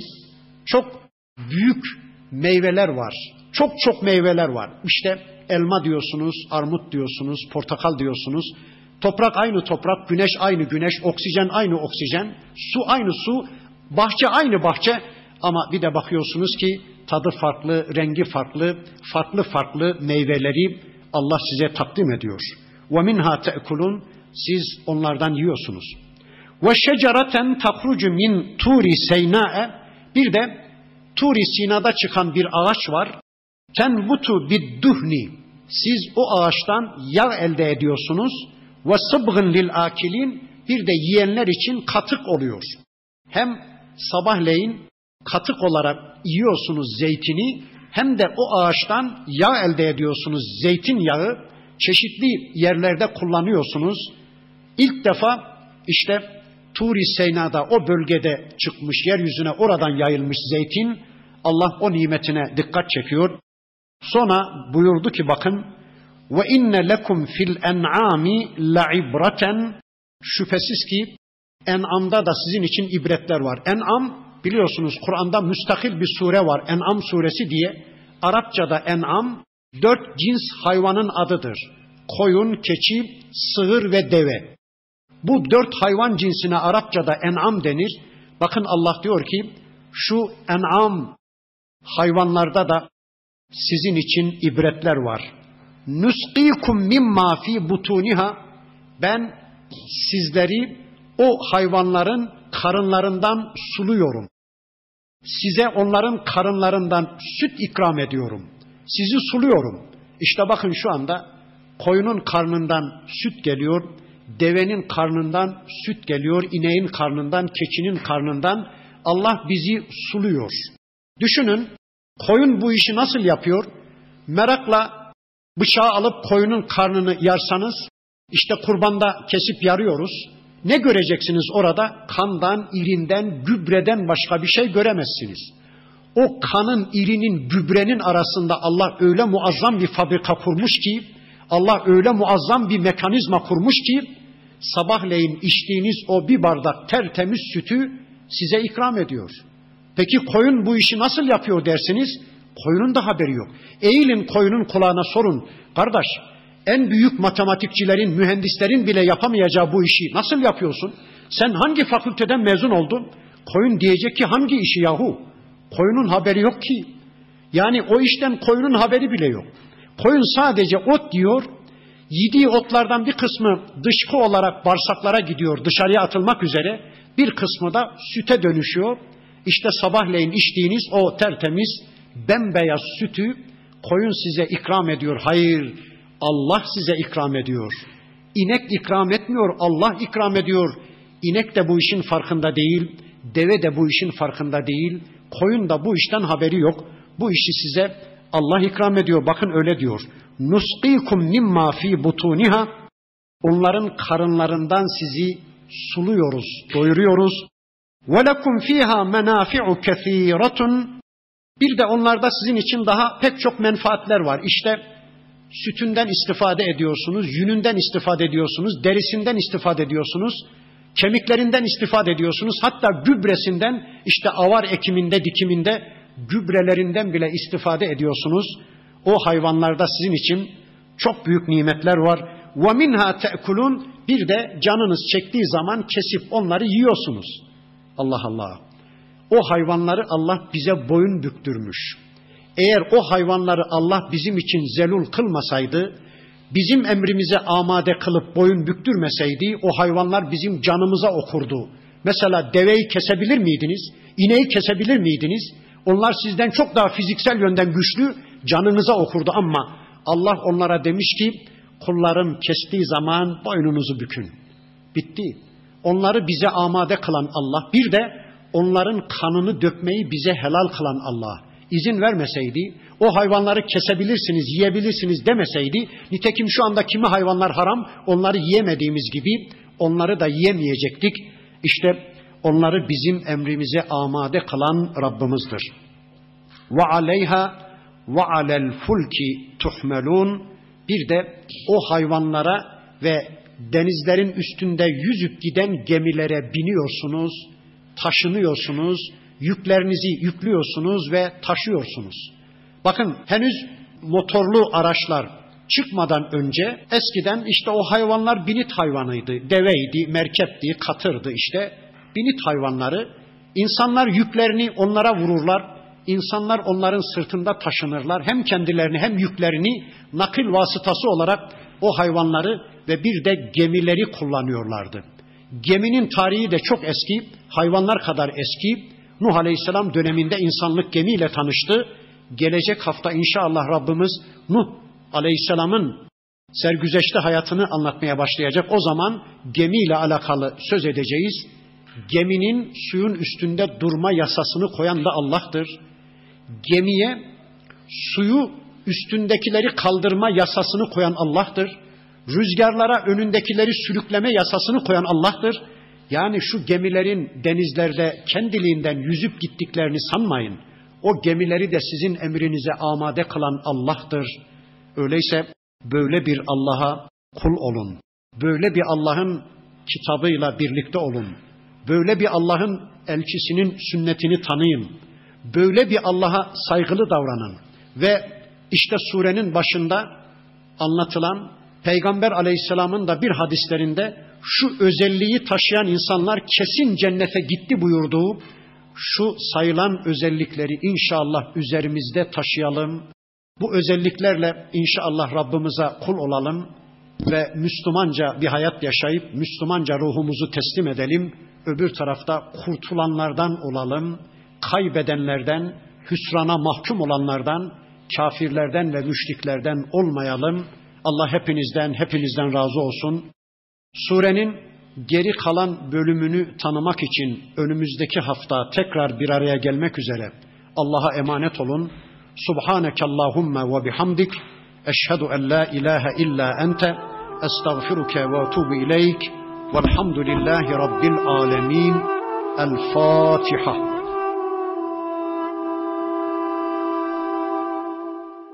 çok büyük meyveler var. Çok çok meyveler var. İşte elma diyorsunuz, armut diyorsunuz, portakal diyorsunuz. Toprak aynı toprak, güneş aynı güneş, oksijen aynı oksijen, su aynı su, bahçe aynı bahçe. Ama bir de bakıyorsunuz ki tadı farklı, rengi farklı, farklı farklı meyveleri Allah size takdim ediyor. وَمِنْهَا تَأْكُلُونَ Siz onlardan yiyorsunuz. وَشَجَرَةً تَخْرُجُ مِنْ تُورِ سَيْنَاءَ Bir de Tur-i Sina'da çıkan bir ağaç var. تَنْبُتُ بِالدُّهْنِ Siz o ağaçtan yağ elde ediyorsunuz. وَصَبْغٍ لِلْآكِلِينَ Bir de yiyenler için katık oluyor. Hem sabahleyin katık olarak yiyorsunuz zeytini, hem de o ağaçtan yağ elde ediyorsunuz. Zeytinyağı çeşitli yerlerde kullanıyorsunuz. İlk defa işte Tur-i Seyna'da o bölgede çıkmış, yeryüzüne oradan yayılmış zeytin, Allah o nimetine dikkat çekiyor. Sonra buyurdu ki bakın, وَاِنَّ لَكُمْ فِي الْاَنْعَامِ لَعِبْرَةً Şüphesiz ki En'am'da da sizin için ibretler var. En'am biliyorsunuz Kur'an'da müstakil bir sure var. En'am suresi diye. Arapçada En'am 4 cins hayvanın adıdır. Koyun, keçi, sığır ve deve. Bu 4 hayvan cinsine Arapçada En'am denir. Bakın Allah diyor ki şu En'am hayvanlarda da sizin için ibretler var. Nusqikum mimma fi butuniha Ben sizleri o hayvanların karınlarından suluyorum. Size onların karınlarından süt ikram ediyorum. Sizi suluyorum. İşte bakın şu anda koyunun karnından süt geliyor, devenin karnından süt geliyor, ineğin karnından, keçinin karnından Allah bizi suluyor. Düşünün, koyun bu işi nasıl yapıyor? Merakla bıçağı alıp koyunun karnını yarsanız, işte kurbanda kesip yarıyoruz. Ne göreceksiniz orada? Kandan, irinden, gübreden başka bir şey göremezsiniz. O kanın, irinin, gübrenin arasında Allah öyle muazzam bir fabrika kurmuş ki, Allah öyle muazzam bir mekanizma kurmuş ki, sabahleyin içtiğiniz o bir bardak tertemiz sütü size ikram ediyor. Peki koyun bu işi nasıl yapıyor dersiniz? Koyunun da haberi yok. Eğilin koyunun kulağına sorun. Kardeş, en büyük matematikçilerin, mühendislerin bile yapamayacağı bu işi nasıl yapıyorsun? Sen hangi fakülteden mezun oldun? Koyun diyecek ki hangi işi yahu? Koyunun haberi yok ki. Yani o işten koyunun haberi bile yok. Koyun sadece ot yiyor. Yediği otlardan bir kısmı dışkı olarak bağırsaklara gidiyor, dışarıya atılmak üzere. Bir kısmı da süte dönüşüyor. İşte sabahleyin içtiğiniz o tertemiz, bembeyaz sütü koyun size ikram ediyor. Hayır, Allah size ikram ediyor. İnek ikram etmiyor, Allah ikram ediyor. İnek de bu işin farkında değil, deve de bu işin farkında değil, koyun da bu işten haberi yok. Bu işi size Allah ikram ediyor. Bakın öyle diyor. Nusqikum mimma fi butuniha Onların karınlarından sizi suluyoruz, doyuruyoruz. Ve lekum fiha menafi'u kesiratun Bir de onlarda sizin için daha pek çok menfaatler var. İşte sütünden istifade ediyorsunuz, yününden istifade ediyorsunuz, derisinden istifade ediyorsunuz, kemiklerinden istifade ediyorsunuz. Hatta gübresinden, işte avar ekiminde, dikiminde gübrelerinden bile istifade ediyorsunuz. O hayvanlarda sizin için çok büyük nimetler var. وَمِنْهَا تَأْكُلُونَ Bir de canınız çektiği zaman kesip onları yiyorsunuz. Allah Allah. O hayvanları Allah bize boyun büktürmüş. Eğer o hayvanları Allah bizim için zelul kılmasaydı, bizim emrimize amade kılıp boyun büktürmeseydi, o hayvanlar bizim canımıza okurdu. Mesela deveyi kesebilir miydiniz? İneği kesebilir miydiniz? Onlar sizden çok daha fiziksel yönden güçlü, canınıza okurdu ama Allah onlara demiş ki, kullarım kestiği zaman boynunuzu bükün. Bitti. Onları bize amade kılan Allah. Bir de onların kanını dökmeyi bize helal kılan Allah izin vermeseydi, o hayvanları kesebilirsiniz, yiyebilirsiniz demeseydi, nitekim şu anda kimi hayvanlar haram, onları yiyemediğimiz gibi onları da yiyemeyecektik. İşte onları bizim emrimize amade kılan Rabbimizdir. Ve aleyha ve alel fulki tuhmelun. Bir de o hayvanlara ve denizlerin üstünde yüzüp giden gemilere biniyorsunuz, taşınıyorsunuz, yüklerinizi yüklüyorsunuz ve taşıyorsunuz. Bakın henüz motorlu araçlar çıkmadan önce eskiden işte o hayvanlar binit hayvanıydı, deveydi, merkepti, katırdı işte. Binit hayvanları, insanlar yüklerini onlara vururlar, insanlar onların sırtında taşınırlar. Hem kendilerini hem yüklerini nakil vasıtası olarak o hayvanları ve bir de gemileri kullanıyorlardı. Geminin tarihi de çok eski, hayvanlar kadar eski. Nuh Aleyhisselam döneminde insanlık gemiyle tanıştı. Gelecek hafta inşallah Rabbimiz Nuh Aleyhisselam'ın sergüzeşte hayatını anlatmaya başlayacak. O zaman gemiyle alakalı söz edeceğiz. Geminin suyun üstünde durma yasasını koyan da Allah'tır. Gemiye suyu üstündekileri kaldırma yasasını koyan Allah'tır. Rüzgarlara önündekileri sürükleme yasasını koyan Allah'tır. Yani şu gemilerin denizlerde kendiliğinden yüzüp gittiklerini sanmayın. O gemileri de sizin emrinize amade kılan Allah'tır. Öyleyse böyle bir Allah'a kul olun. Böyle bir Allah'ın kitabıyla birlikte olun. Böyle bir Allah'ın elçisinin sünnetini tanıyın. Böyle bir Allah'a saygılı davranın. Ve işte surenin başında anlatılan Peygamber Aleyhisselam'ın da bir hadislerinde şu özelliği taşıyan insanlar kesin cennete gitti buyurduğu şu sayılan özellikleri inşallah üzerimizde taşıyalım. Bu özelliklerle inşallah Rabbimize kul olalım ve Müslümanca bir hayat yaşayıp Müslümanca ruhumuzu teslim edelim. Öbür tarafta kurtulanlardan olalım, kaybedenlerden, hüsrana mahkum olanlardan, kafirlerden ve müşriklerden olmayalım. Allah hepinizden razı olsun. Surenin geri kalan bölümünü tanımak için önümüzdeki hafta tekrar bir araya gelmek üzere Allah'a emanet olun. Subhaneke Allahumma ve bihamdik. Eşhedü en la ilahe illa ente. Estağfiruke ve etubu ileyk. Velhamdülillahi Rabbil alemin. El Fatiha.